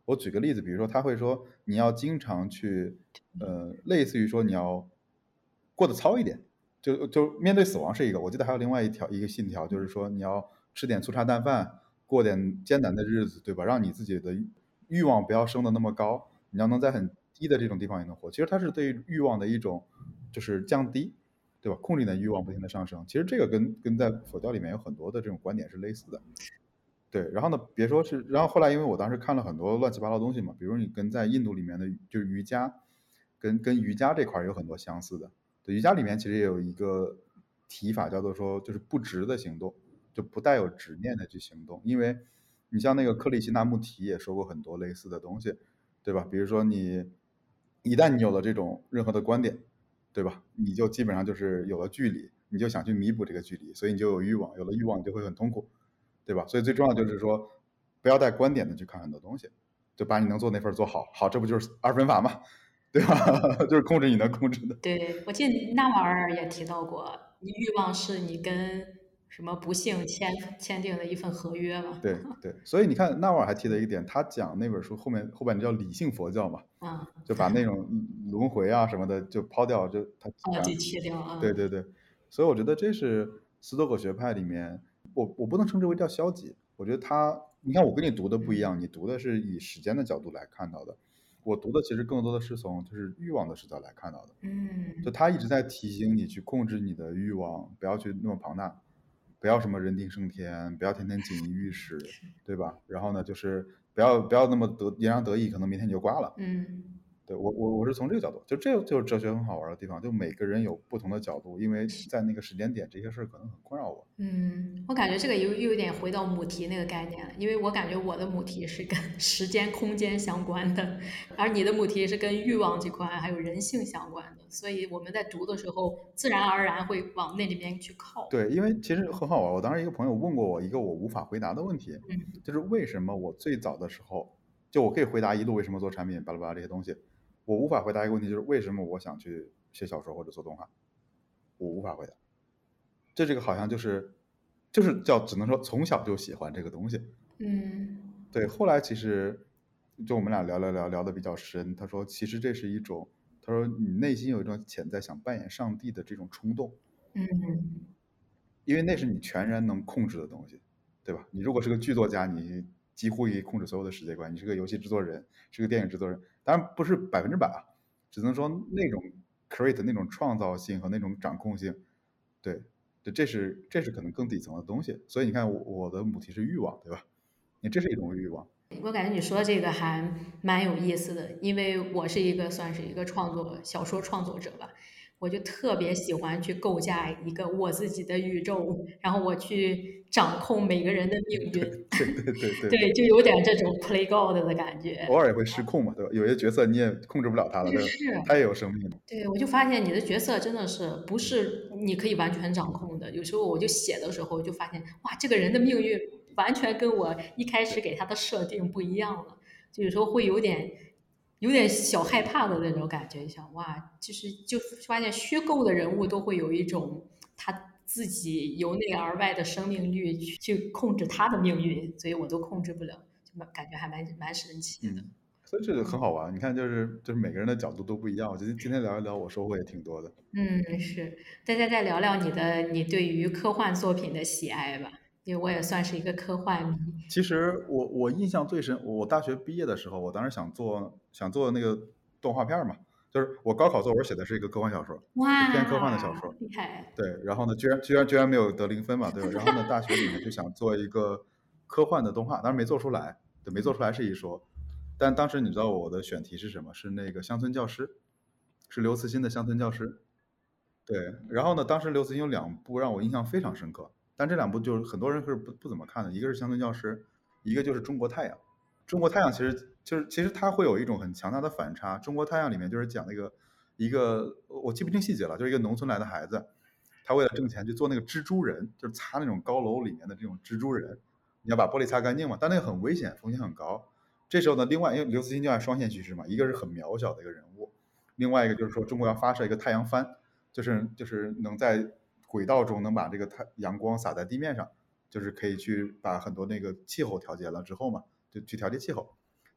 我举个例子，比如说他会说你要经常去，呃，类似于说你要过得糙一点，就就面对死亡是一个，我记得还有另外一条一个信条，就是说你要吃点粗茶淡饭，过点艰难的日子，对吧？让你自己的欲望不要升得那么高，你要能在很低的这种地方也能活。其实它是对欲望的一种就是降低，对吧？控制你的欲望不停的上升。其实这个跟跟在佛教里面有很多的这种观点是类似的。对，然后呢，别说是，然后后来因为我当时看了很多乱七八糟东西嘛，比如你跟在印度里面的就是瑜伽，跟跟瑜伽这块有很多相似的。对，瑜伽里面其实也有一个提法叫做说就是不执的行动，就不带有执念的去行动。因为你像那个克里希那穆提也说过很多类似的东西，对吧？比如说你一旦你有了这种任何的观点，对吧？你就基本上就是有了距离，你就想去弥补这个距离，所以你就有欲望，有了欲望你就会很痛苦。对吧？所以最重要就是说，不要带观点的去看很多东西，就把你能做那份做好。好，这不就是二分法吗？对吧？就是控制你能控制的。 对，我记得纳瓦尔也提到过，你欲望是你跟什么不幸签签订的一份合约嘛？ 对对，所以你看纳瓦尔还提了一个点，他讲那本书后面后半叫理性佛教嘛， 嗯， 就把那种轮回啊什么的就抛掉，就他哦， 讲就切掉啊。 对对对，所以我觉得这是斯多葛学派里面，我我不能称之为叫消极，我觉得他，你看我跟你读的不一样，你读的是以时间的角度来看到的，我读的其实更多的是从就是欲望的视角来看到的，就嗯， 他一直在提醒你去控制你的欲望，不要去那么庞大，不要什么人定胜天，不要天天锦衣玉食，对吧？然后呢，就是不要不要那么得洋洋得意，可能明天你就挂了。 嗯。 对，我我我是从这个角度，就这就是哲学很好玩的地方，就每个人有不同的角度，因为在那个时间点，这些事儿可能很困扰我。 嗯，我感觉这个又又有点回到母题那个概念了，因为我感觉我的母题是跟时间、空间相关的，而你的母题是跟欲望这块还有人性相关的，所以我们在读的时候，自然而然会往那里面去靠。 对，因为其实很好玩。我当时一个朋友问过我一个我无法回答的问题， 嗯就是为什么我最早的时候，就我可以回答一路为什么做产品，巴拉巴拉这些东西，我无法回答一个问题，就是为什么我想去写小说或者做动画，我无法回答。这这个好像就是就是叫只能说从小就喜欢这个东西。 嗯对，后来其实就我们俩聊聊聊聊的比较深，他说其实这是一种，他说你内心有一种潜在想扮演上帝的这种冲动。 嗯因为那是你全然能控制的东西，对吧？你如果是个剧作家，你几乎可以控制所有的世界观；你是个游戏制作人，是个电影制作人，当然不是百分之百啊，只能说那种 create 那种创造性和那种掌控性，对，对，这是这是可能更底层的东西。所以你看我，我的母题是欲望，对吧？你这是一种欲望。 我感觉你说这个还蛮有意思的，因为我是一个算是一个创作小说创作者吧，我就特别喜欢去构架一个我自己的宇宙，然后我去掌控每个人的命运， 对对对对对对，就有点这种 play god 的感觉。 偶尔也会失控嘛，对吧？有些角色你也控制不了他了，对吧？ 是是， 他也有生命的。 对，我就发现你的角色真的是不是你可以完全掌控的。有时候我就写的时候就发现，哇，这个人的命运完全跟我一开始给他的设定不一样了，就有时候会有点有点小害怕的那种感觉，想哇，就是就发现虚构的人物都会有一种他自己由内而外的生命力去去控制他的命运，所以我都控制不了，就蛮感觉还蛮蛮神奇的。 嗯，所以这个很好玩。你看，就是就是每个人的角度都不一样。我觉得今天聊一聊，我收获也挺多的。 嗯，是，大家再聊聊你的你对于科幻作品的喜爱吧，因为我也算是一个科幻迷。 其实我我印象最深，我大学毕业的时候，我当时想做想做那个动画片嘛，就是我高考作文写的是一个科幻小说，就偏科幻的小哇， 说。 厉害！ 对，然后呢，居然居然居然没有得零分嘛，对吧？然后呢，大学里面就想做一个科幻的动画，当然没做出来，对，没做出来是一说。但当时你知道我的选题是什么？是那个乡村教师，是刘慈欣的乡村教师。对，然后呢，当时刘慈欣有两部让我印象非常深刻，但这两部就是很多人是不不怎么看的，一个是乡村教师，一个就是中国太阳。中国太阳其实就是其实它会有一种很强大的反差。中国太阳里面就是讲那个一个我记不清细节了，就是一个农村来的孩子，他为了挣钱去做那个蜘蛛人，就是擦那种高楼里面的这种蜘蛛人，你要把玻璃擦干净嘛，但那个很危险，风险很高。这时候呢，另外因为刘慈欣就爱双线叙事嘛，一个是很渺小的一个人物，另外一个就是说中国要发射一个太阳帆，就是就是能在轨道中能把这个太阳光洒在地面上，就是可以去把很多那个气候调节了之后嘛，就去调节气候。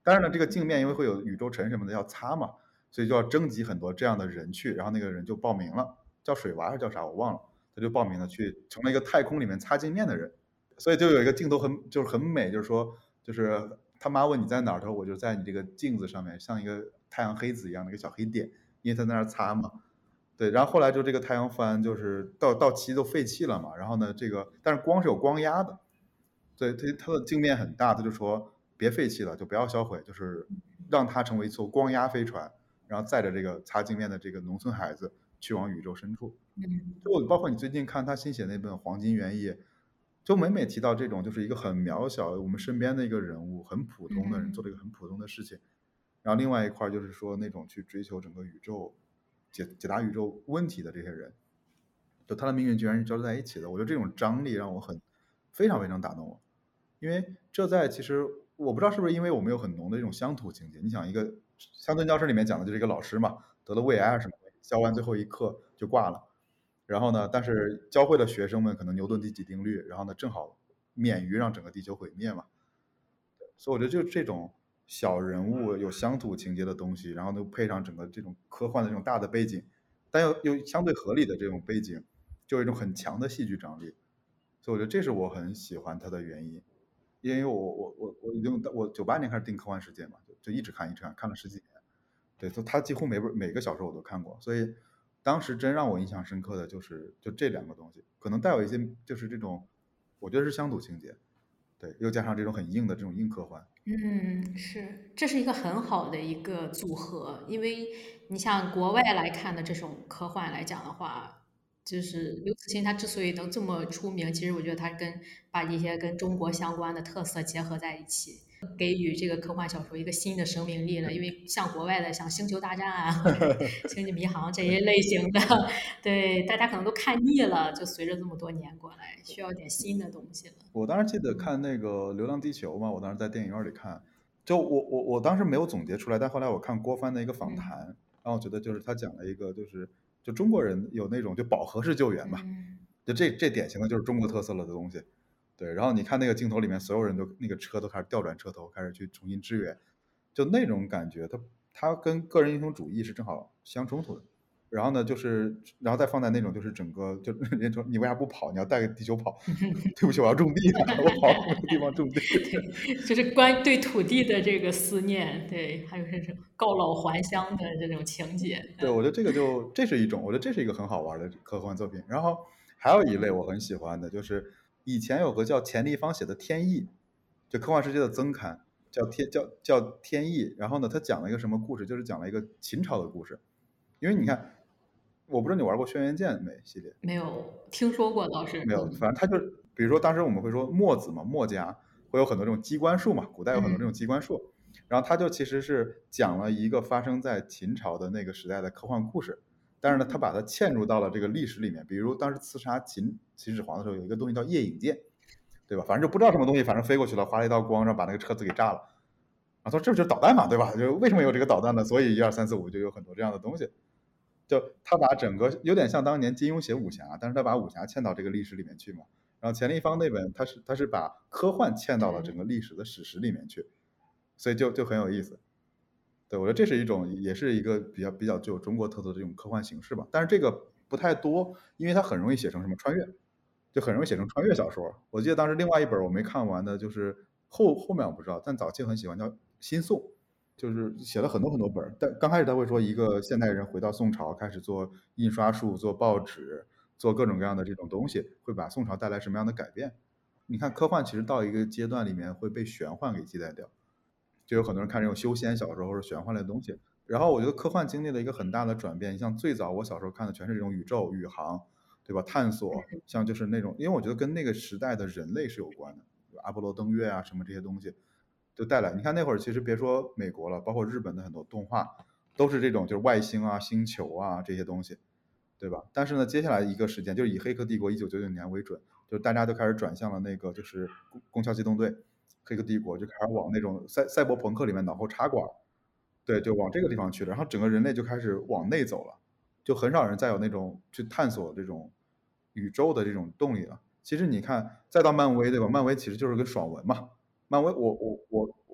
但是呢，这个镜面因为会有宇宙尘什么的要擦嘛，所以就要征集很多这样的人去，然后那个人就报名了，叫水娃还是叫啥我忘了，他就报名了去成了一个太空里面擦镜面的人。所以就有一个镜头很就是很美，就是说就是他妈问你在哪儿，他说我就在你这个镜子上面，像一个太阳黑子一样的一个小黑点，因为他在那儿擦嘛。对，然后后来就这个太阳帆就是到到期都废弃了嘛，然后呢，这个但是光是有光压的，对，它它的镜面很大，他就说别废弃了，就不要销毁，就是让它成为一艘光压飞船，然后载着这个擦镜面的这个农村孩子去往宇宙深处。 嗯就包括你最近看他新写那本《黄金原野》，就每每提到这种就是一个很渺小我们身边的一个人物，很普通的人做了一个很普通的事情。然后另外一块就是说那种去追求整个宇宙解解答宇宙问题的这些人，就他的命运居然是交织在一起的。我觉得这种张力让我很非常非常打动我，因为这在其实我不知道是不是因为我们有很浓的这种乡土情节。你想一个乡村教师里面讲的就是一个老师嘛，得了胃癌还是什么，教完最后一课就挂了。然后呢，但是教会了学生们可能牛顿第几定律，然后呢正好免于让整个地球毁灭嘛。所以我觉得就这种小人物有乡土情节的东西，然后呢配上整个这种科幻的这种大的背景，但又又相对合理的这种背景，就有一种很强的戏剧张力。所以我觉得这是我很喜欢它的原因。因为我我我我已经我九八年开始订科幻世界嘛，就就一直看一直看，看了十几年。对，就它几乎每本每个小说我都看过，所以当时真让我印象深刻的就是就这两个东西，可能带有一些就是这种，我觉得是乡土情节，对，又加上这种很硬的这种硬科幻。 嗯，是，这是一个很好的一个组合，因为你像国外来看的这种科幻来讲的话，就是刘慈欣他之所以能这么出名，其实我觉得他跟把一些跟中国相关的特色结合在一起，给予这个科幻小说一个新的生命力了。因为像国外的像《星球大战》啊，或者《星际迷航》这一类型的，对，大家可能都看腻了，就随着这么多年过来，需要点新的东西了。 我当时记得看那个《流浪地球》嘛，我当时在电影院里看，就我我我当时没有总结出来，但后来我看郭帆的一个访谈，然后我觉得就是他讲了一个就是就中国人有那种就饱和式救援嘛， 嗯就这这典型的就是中国特色了的东西。对，然后你看那个镜头里面，所有人都那个车都开始调转车头，开始去重新支援，就那种感觉，它它跟个人英雄主义是正好相冲突的。然后呢，就是然后再放在那种就是整个就人说你为啥不跑？你要带个地球跑？对不起，我要种地啊，我跑没有地方种地。 对，就是关对土地的这个思念，对，还有这种告老还乡的这种情节。 对，我觉得这个就这是一种，我觉得这是一个很好玩的科幻作品。然后还有一类我很喜欢的，就是以前有个叫钱立方写的《天意》，就科幻世界的增刊，叫天叫叫天意。然后呢，他讲了一个什么故事？就是讲了一个秦朝的故事。因为你看，我不知道你玩过《轩辕剑》没系列？ 没有听说过倒是， 没有， 嗯反正他就比如说当时我们会说墨子嘛，墨家会有很多这种机关术嘛，古代有很多这种机关术。然后他就其实是讲了一个发生在秦朝的那个时代的科幻故事，但是呢，他把它嵌入到了这个历史里面。比如当时刺杀秦秦始皇的时候，有一个东西叫夜影剑，对吧？反正就不知道什么东西，反正飞过去了，划了一道光，然后把那个车子给炸了。啊，说这不就是导弹嘛，对吧？就为什么有这个导弹呢？所以一二三四五就有很多这样的东西。就他把整个有点像当年金庸写武侠，但是他把武侠嵌到这个历史里面去嘛。然后钱立方那本他是他是把科幻嵌到了整个历史的史实里面去，所以就就很有意思。对，我觉得这是一种也是一个比较比较具有中国特色的这种科幻形式吧。但是这个不太多，因为它很容易写成什么穿越，就很容易写成穿越小说。我记得当时另外一本我没看完的，就是后后面我不知道，但早期很喜欢叫《新宋》。就是写了很多很多本儿，但刚开始他会说一个现代人回到宋朝，开始做印刷术、做报纸、做各种各样的这种东西，会把宋朝带来什么样的改变？你看科幻其实到一个阶段里面会被玄幻给替代掉，就有很多人看这种修仙小说或者玄幻类的东西。然后我觉得科幻经历了一个很大的转变，像最早我小时候看的全是这种宇宙、宇航，对吧？探索，像就是那种，因为我觉得跟那个时代的人类是有关的，阿波罗登月啊什么这些东西。就带来，你看那会儿其实别说美国了，包括日本的很多动画，都是这种就是外星啊、星球啊这些东西，对吧？但是呢，接下来一个时间就是以《黑客帝国》一九九九年为准，就是大家都开始转向了那个就是《攻攻壳机动队》，《黑客帝国》就开始往那种赛赛博朋克里面脑后插管，对，就往这个地方去了。然后整个人类就开始往内走了，就很少人再有那种去探索这种宇宙的这种动力了。其实你看，再到漫威，对吧？漫威其实就是个爽文嘛。漫威我我我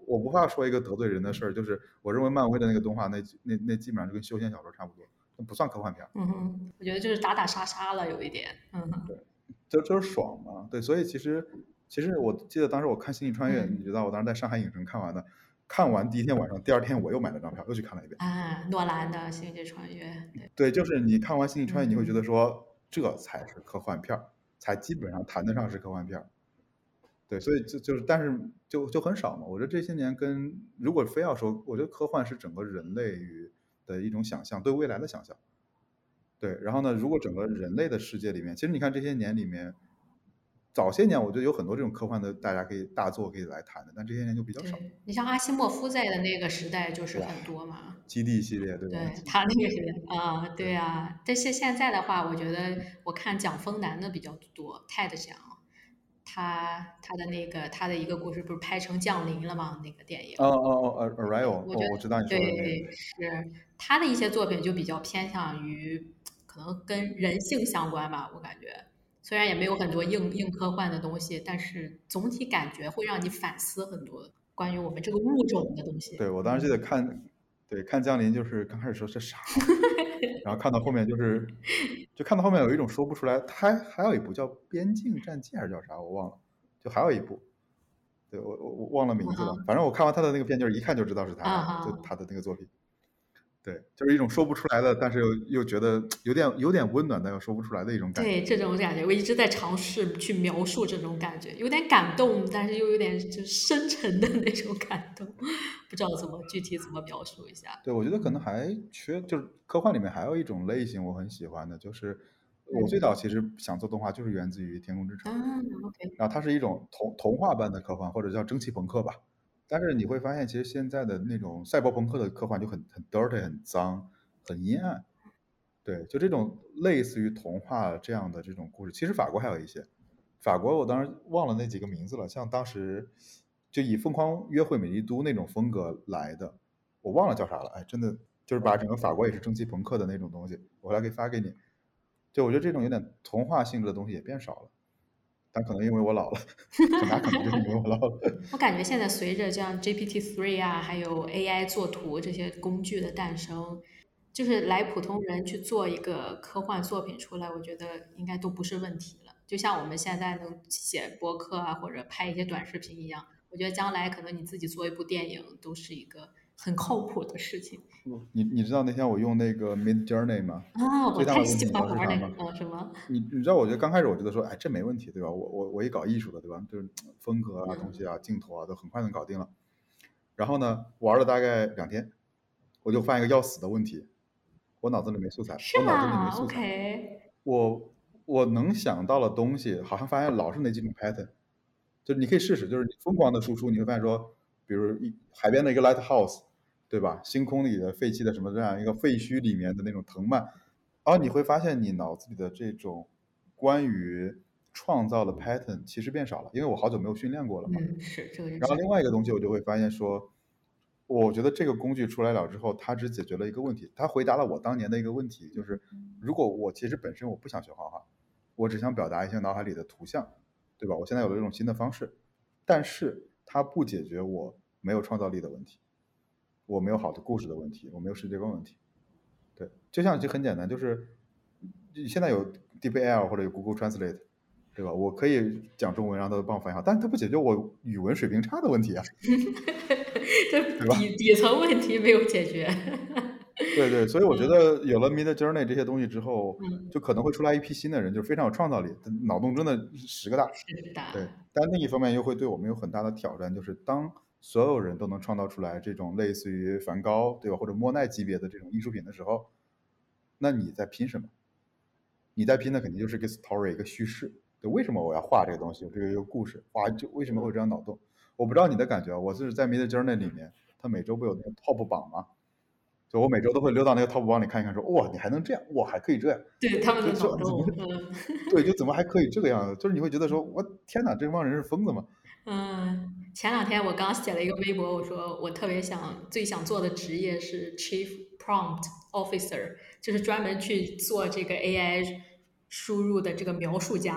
我不怕说一个得罪人的事儿，就是我认为漫威的那个动画那那那基本上就跟修仙小说差不多，那不算科幻片。 嗯哼，我觉得就是打打杀杀了有一点，嗯哼， 对，就就是爽嘛。对，所以其实其实我记得当时我看《星际穿越》， 嗯你知道我当时在上海影城看完的，看完第一天晚上，第二天我又买了张票，又去看了一遍。 啊，诺兰的《星际穿越》，对， 对，就是你看完《星际穿越》，你会觉得嗯说这才是科幻片儿，才基本上谈得上是科幻片儿。对，所以就就是，但是就就很少嘛。我觉得这些年跟如果非要说，我觉得科幻是整个人类与的一种想象，对未来的想象。对，然后呢，如果整个人类的世界里面，其实你看这些年里面，早些年我觉得有很多这种科幻的，大家可以大作可以来谈的，但这些年就比较少。 对，你像阿西莫夫在的那个时代就是哇， 很多嘛， 基地系列对吧？ 对他那个是啊，对啊，但是现在的话，我觉得我看讲风南的比较多，TED 讲他他的那个他的一个故事不是拍成降临了吗？那个电影， 哦哦哦，Arrival， 我觉得哦，我知道你说的那个。 对是他的一些作品就比较偏向于可能跟人性相关吧，我感觉虽然也没有很多硬硬科幻的东西，但是总体感觉会让你反思很多关于我们这个物种的东西。 对，我当时记得嗯， 看，对，看降临就是刚开始说这啥玩意儿，然后看到后面就是，就看到后面有一种说不出来，他还还有一部叫《边境战记》还是叫啥，我忘了，就还有一部，对我我我忘了名字了， 啊哈反正我看完他的那个片，就是一看就知道是他啊的，就哈。 他的那个作品。对，就是一种说不出来的，但是又又觉得有点有点温暖，但又说不出来的一种感觉。 对，这种感觉，我一直在尝试去描述这种感觉，有点感动，但是又有点就是深沉的那种感动，不知道怎么具体怎么描述一下。 对，我觉得可能嗯还缺，就是科幻里面还有一种类型我很喜欢的，就是我最早嗯其实想做动画，就是源自于《天空之城》， 啊，OK， 然后它是一种童童话般的科幻，或者叫蒸汽朋克吧。但是你会发现，其实现在的那种赛博朋克的科幻就很很 dirty、很脏、很阴暗。对，就这种类似于童话这样的这种故事，其实法国还有一些。法国我当时忘了那几个名字了，像当时就以《疯狂约会美丽都》那种风格来的，我忘了叫啥了。哎，真的就是把整个法国也是蒸汽朋克的那种东西，我回来可以发给你。就我觉得这种有点童话性质的东西也变少了，但可能因为我老了，很大可能就是因为我老了。 我感觉现在随着像 G P T 三 啊，还有 A I 作图这些工具的诞生，就是来普通人去做一个科幻作品出来，我觉得应该都不是问题了。就像我们现在能写博客啊，或者拍一些短视频一样，我觉得将来可能你自己做一部电影都是一个很靠谱的事情。 你你知道那天我用那个 Mid Journey 吗？ 啊，我最大太喜的问题你知欢玩那个道是啥吗？ 了，什么？ 你你知道，我觉得刚开始我觉得说，哎，这没问题，对吧？我我我一搞艺术的，对吧？就是风格啊、东嗯， 西啊、镜头啊，都很快能搞定了。然后呢，玩了大概两天，我就发现一个要死的问题，我脑子里没素材， 是我脑子里没吗素材， ？OK， 我我能想到的东西，好像发现老是那几种 pattern，就是你可以试试，就是你疯狂的输出，你会发现说，比如一海边的一个 lighthouse，对吧？星空里的废弃的什么这样一个废墟里面的那种藤蔓，然后你会发现你脑子里的这种关于创造的 pattern 其实变少了，因为我好久没有训练过了嘛。 嗯，是这个是然后真的。 另外一个东西，我就会发现说，我觉得这个工具出来了之后，它只解决了一个问题，它回答了我当年的一个问题，就是如果我其实本身我不想学画画，我只想表达一些脑海里的图像，对吧？我现在有了一种新的方式，但是它不解决我没有创造力的问题，我没有好的故事的问题，我没有世界观问题。对，就像就很简单，就是现在有 DeepL 或者有 Google Translate，对吧？我可以讲中文让它帮我翻译好，但是它不解决我语文水平差的问题啊， 这对吧？ 底底层问题没有解决。 对对，所以我觉嗯得有了 Mid Journey 这些东西之后， 嗯， 就可能会出来一批新的人，就是非常有创造力，脑洞真的十个大。 是的， 对，但另一方面又会对我们有很大的挑战，就是当所有人都能创造出来这种类似于梵高，对吧，或者莫奈级别的这种艺术品的时候，那你在拼什么？你在拼的肯定就是一个 story，一个叙事。对，为什么我要画这个东西？有这个一个故事，哇，就为什么会有这样脑洞？我不知道你的感觉啊，我是在 Mid Journey 里面，它每周不有那个 top 榜吗？就我每周都会溜到那个 top 榜里看一看，说哇，你还能这样，哇，还可以这样， 对他们就的脑洞， 说怎么会， 嗯对，就怎么还可以这个样子？就是你会觉得说，我天哪，这帮人是疯子吗？ 嗯。前两天我刚写了一个微博，我说我特别想最想做的职业是 Chief Prompt Officer，就是专门去做这个 A I 输入的这个描述家。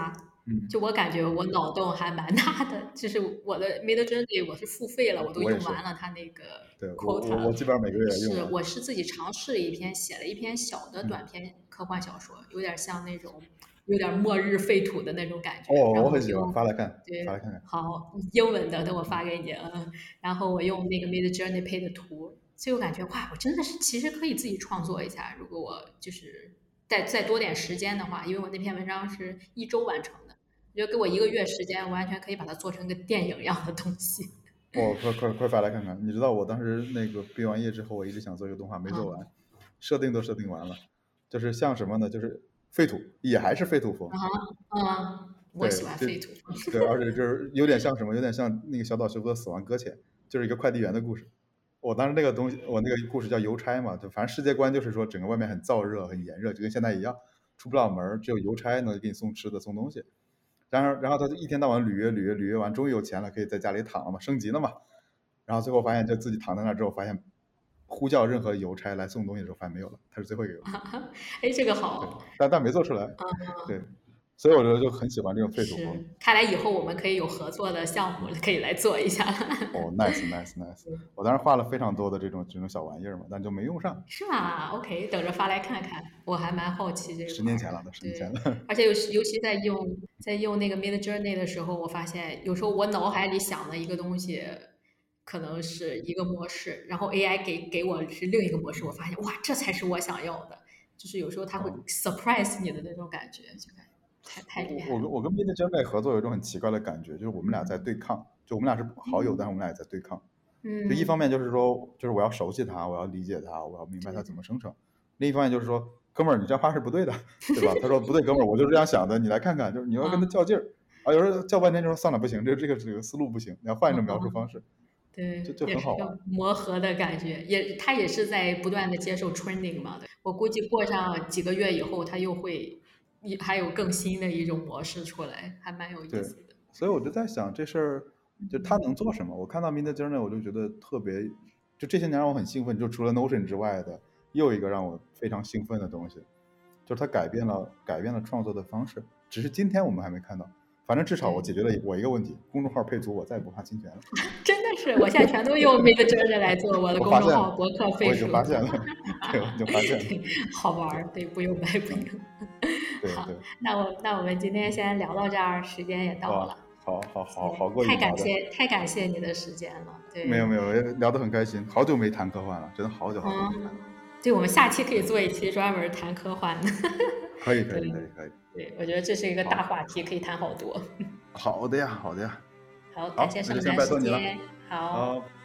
嗯， 就我感觉我脑洞还蛮大的，就是我的 Midjourney 我是付费了，我都我也是， 用完了它那个对，我我 quota。 我基本上每个月也用是完。 我是自己尝试了一篇，写了一篇小的嗯， 短篇科幻小说，有点像那种有点末日废土的那种感觉。 哦， 然我很喜欢， 后我用发来看，发来对看看。 好英文的，等我嗯发给你。嗯，然后我用那个 Midjourney 配的图，所以我感觉哇，我真的是其实可以自己创作一下，如果我就是再再多点时间的话，因为我那篇文章是一周完成的。我觉得给我一个月时间，我完全可以把它做成个电影一样的东西。 哦，快快快发来看看！你知道我当时那个毕完业之后，我一直想做一个动画，没做完， 嗯设定都设定完了，就是像什么呢？就是废土，也还是废土风。 嗯嗯，我喜对，就欢废土。 对，而且就是有点像什么？有点像那个小岛秀夫的《死亡搁浅》，就是一个快递员的故事。我当时那个东西，我那个故事叫邮差嘛，就反正世界观就是说，整个外面很燥热、很炎热，就跟现在一样，出不了门儿，只有邮差能给你送吃的、送东西。然后，然后他就一天到晚履约、履约、履约完，终于有钱了，可以在家里躺了嘛，升级了嘛。然后最后发现，就自己躺在那之后，发现呼叫任何邮差来送东西的时候，发现没有了，他是最后一个邮差。 哎，这个对， 好。 但但没做出来。对，所以我觉得就很喜欢这种废土风。 是，看来以后我们可以有合作的项目，可以来做一下。 哦，nice nice nice，我当时画了非常多的这种这种小玩意儿嘛，但就没用上。 是吗？OK，等着发来看看，我还蛮好奇这块儿的。 十年前了，都十年前对， 了。 而且尤其尤其在用在用那个 Midjourney 的时候，我发现有时候我脑海里想的一个东西，可能是一个模式，然后 A I 给给我是另一个模式，我发现哇，这才是我想要的。就是有时候它会嗯， surprise 你的那种感觉，就感觉太太厉害了。 我我跟我跟 Mid Journey 合作有一种很奇怪的感觉，就是我们俩在对抗，就我们俩是好友，但是我们俩也在对抗。就一方嗯， 面就是说，就是我要熟悉它，我要理解它，我要明白它怎么生成；另一方面就是说，哥们儿，你这样画是不对的，对吧？他说不对，哥们儿，我就是这样想的，你来看看，就是你要跟他啊较劲儿啊。有时候较半天就说算了，不行，这这个这个思路不行，你要换一种描述啊。 方式，就对， 就很好玩。 也是个磨合的感觉，也他也是在不断的接受 training 嘛。对，我估计过上几个月以后，他又会一还有更新的一种模式出来，还蛮有意对， 思的。 所以我就在想这事儿，就他能做什么？我看到 Mid Journey 我就觉得特别，就这些年让我很兴奋，就除了 Notion 之外的又一个让我非常兴奋的东西，就是它改变了改变了创作的方式，只是今天我们还没看到。反正至少我对， 解决了我一个问题，公众号配图我再也不怕侵权了。 真的是，我现在全都用 Midjourney 来做我的公众号、 我发现了， 博客、 我废书。 已经发现了，对，我已经发现了。 对，好玩对， 儿，对，不用白不嗯， 用。好， 对对， 那我那我们今天先聊到这儿，时间也到哇， 了。 好好好行， 好过太瘾聊的。 感谢太感谢你的时间了。对， 没有没有，聊得很开心，好久没谈科幻了，真的好久好久没谈了。 嗯，对，我们下期可以做一期专门谈科幻的。 可以可以对可以可以， 对，我觉得这是一个大好。 话题，可以谈好多。 好的呀，好的呀， 好，感好， 谢那就先上传时拜托你了。 间。好。 好。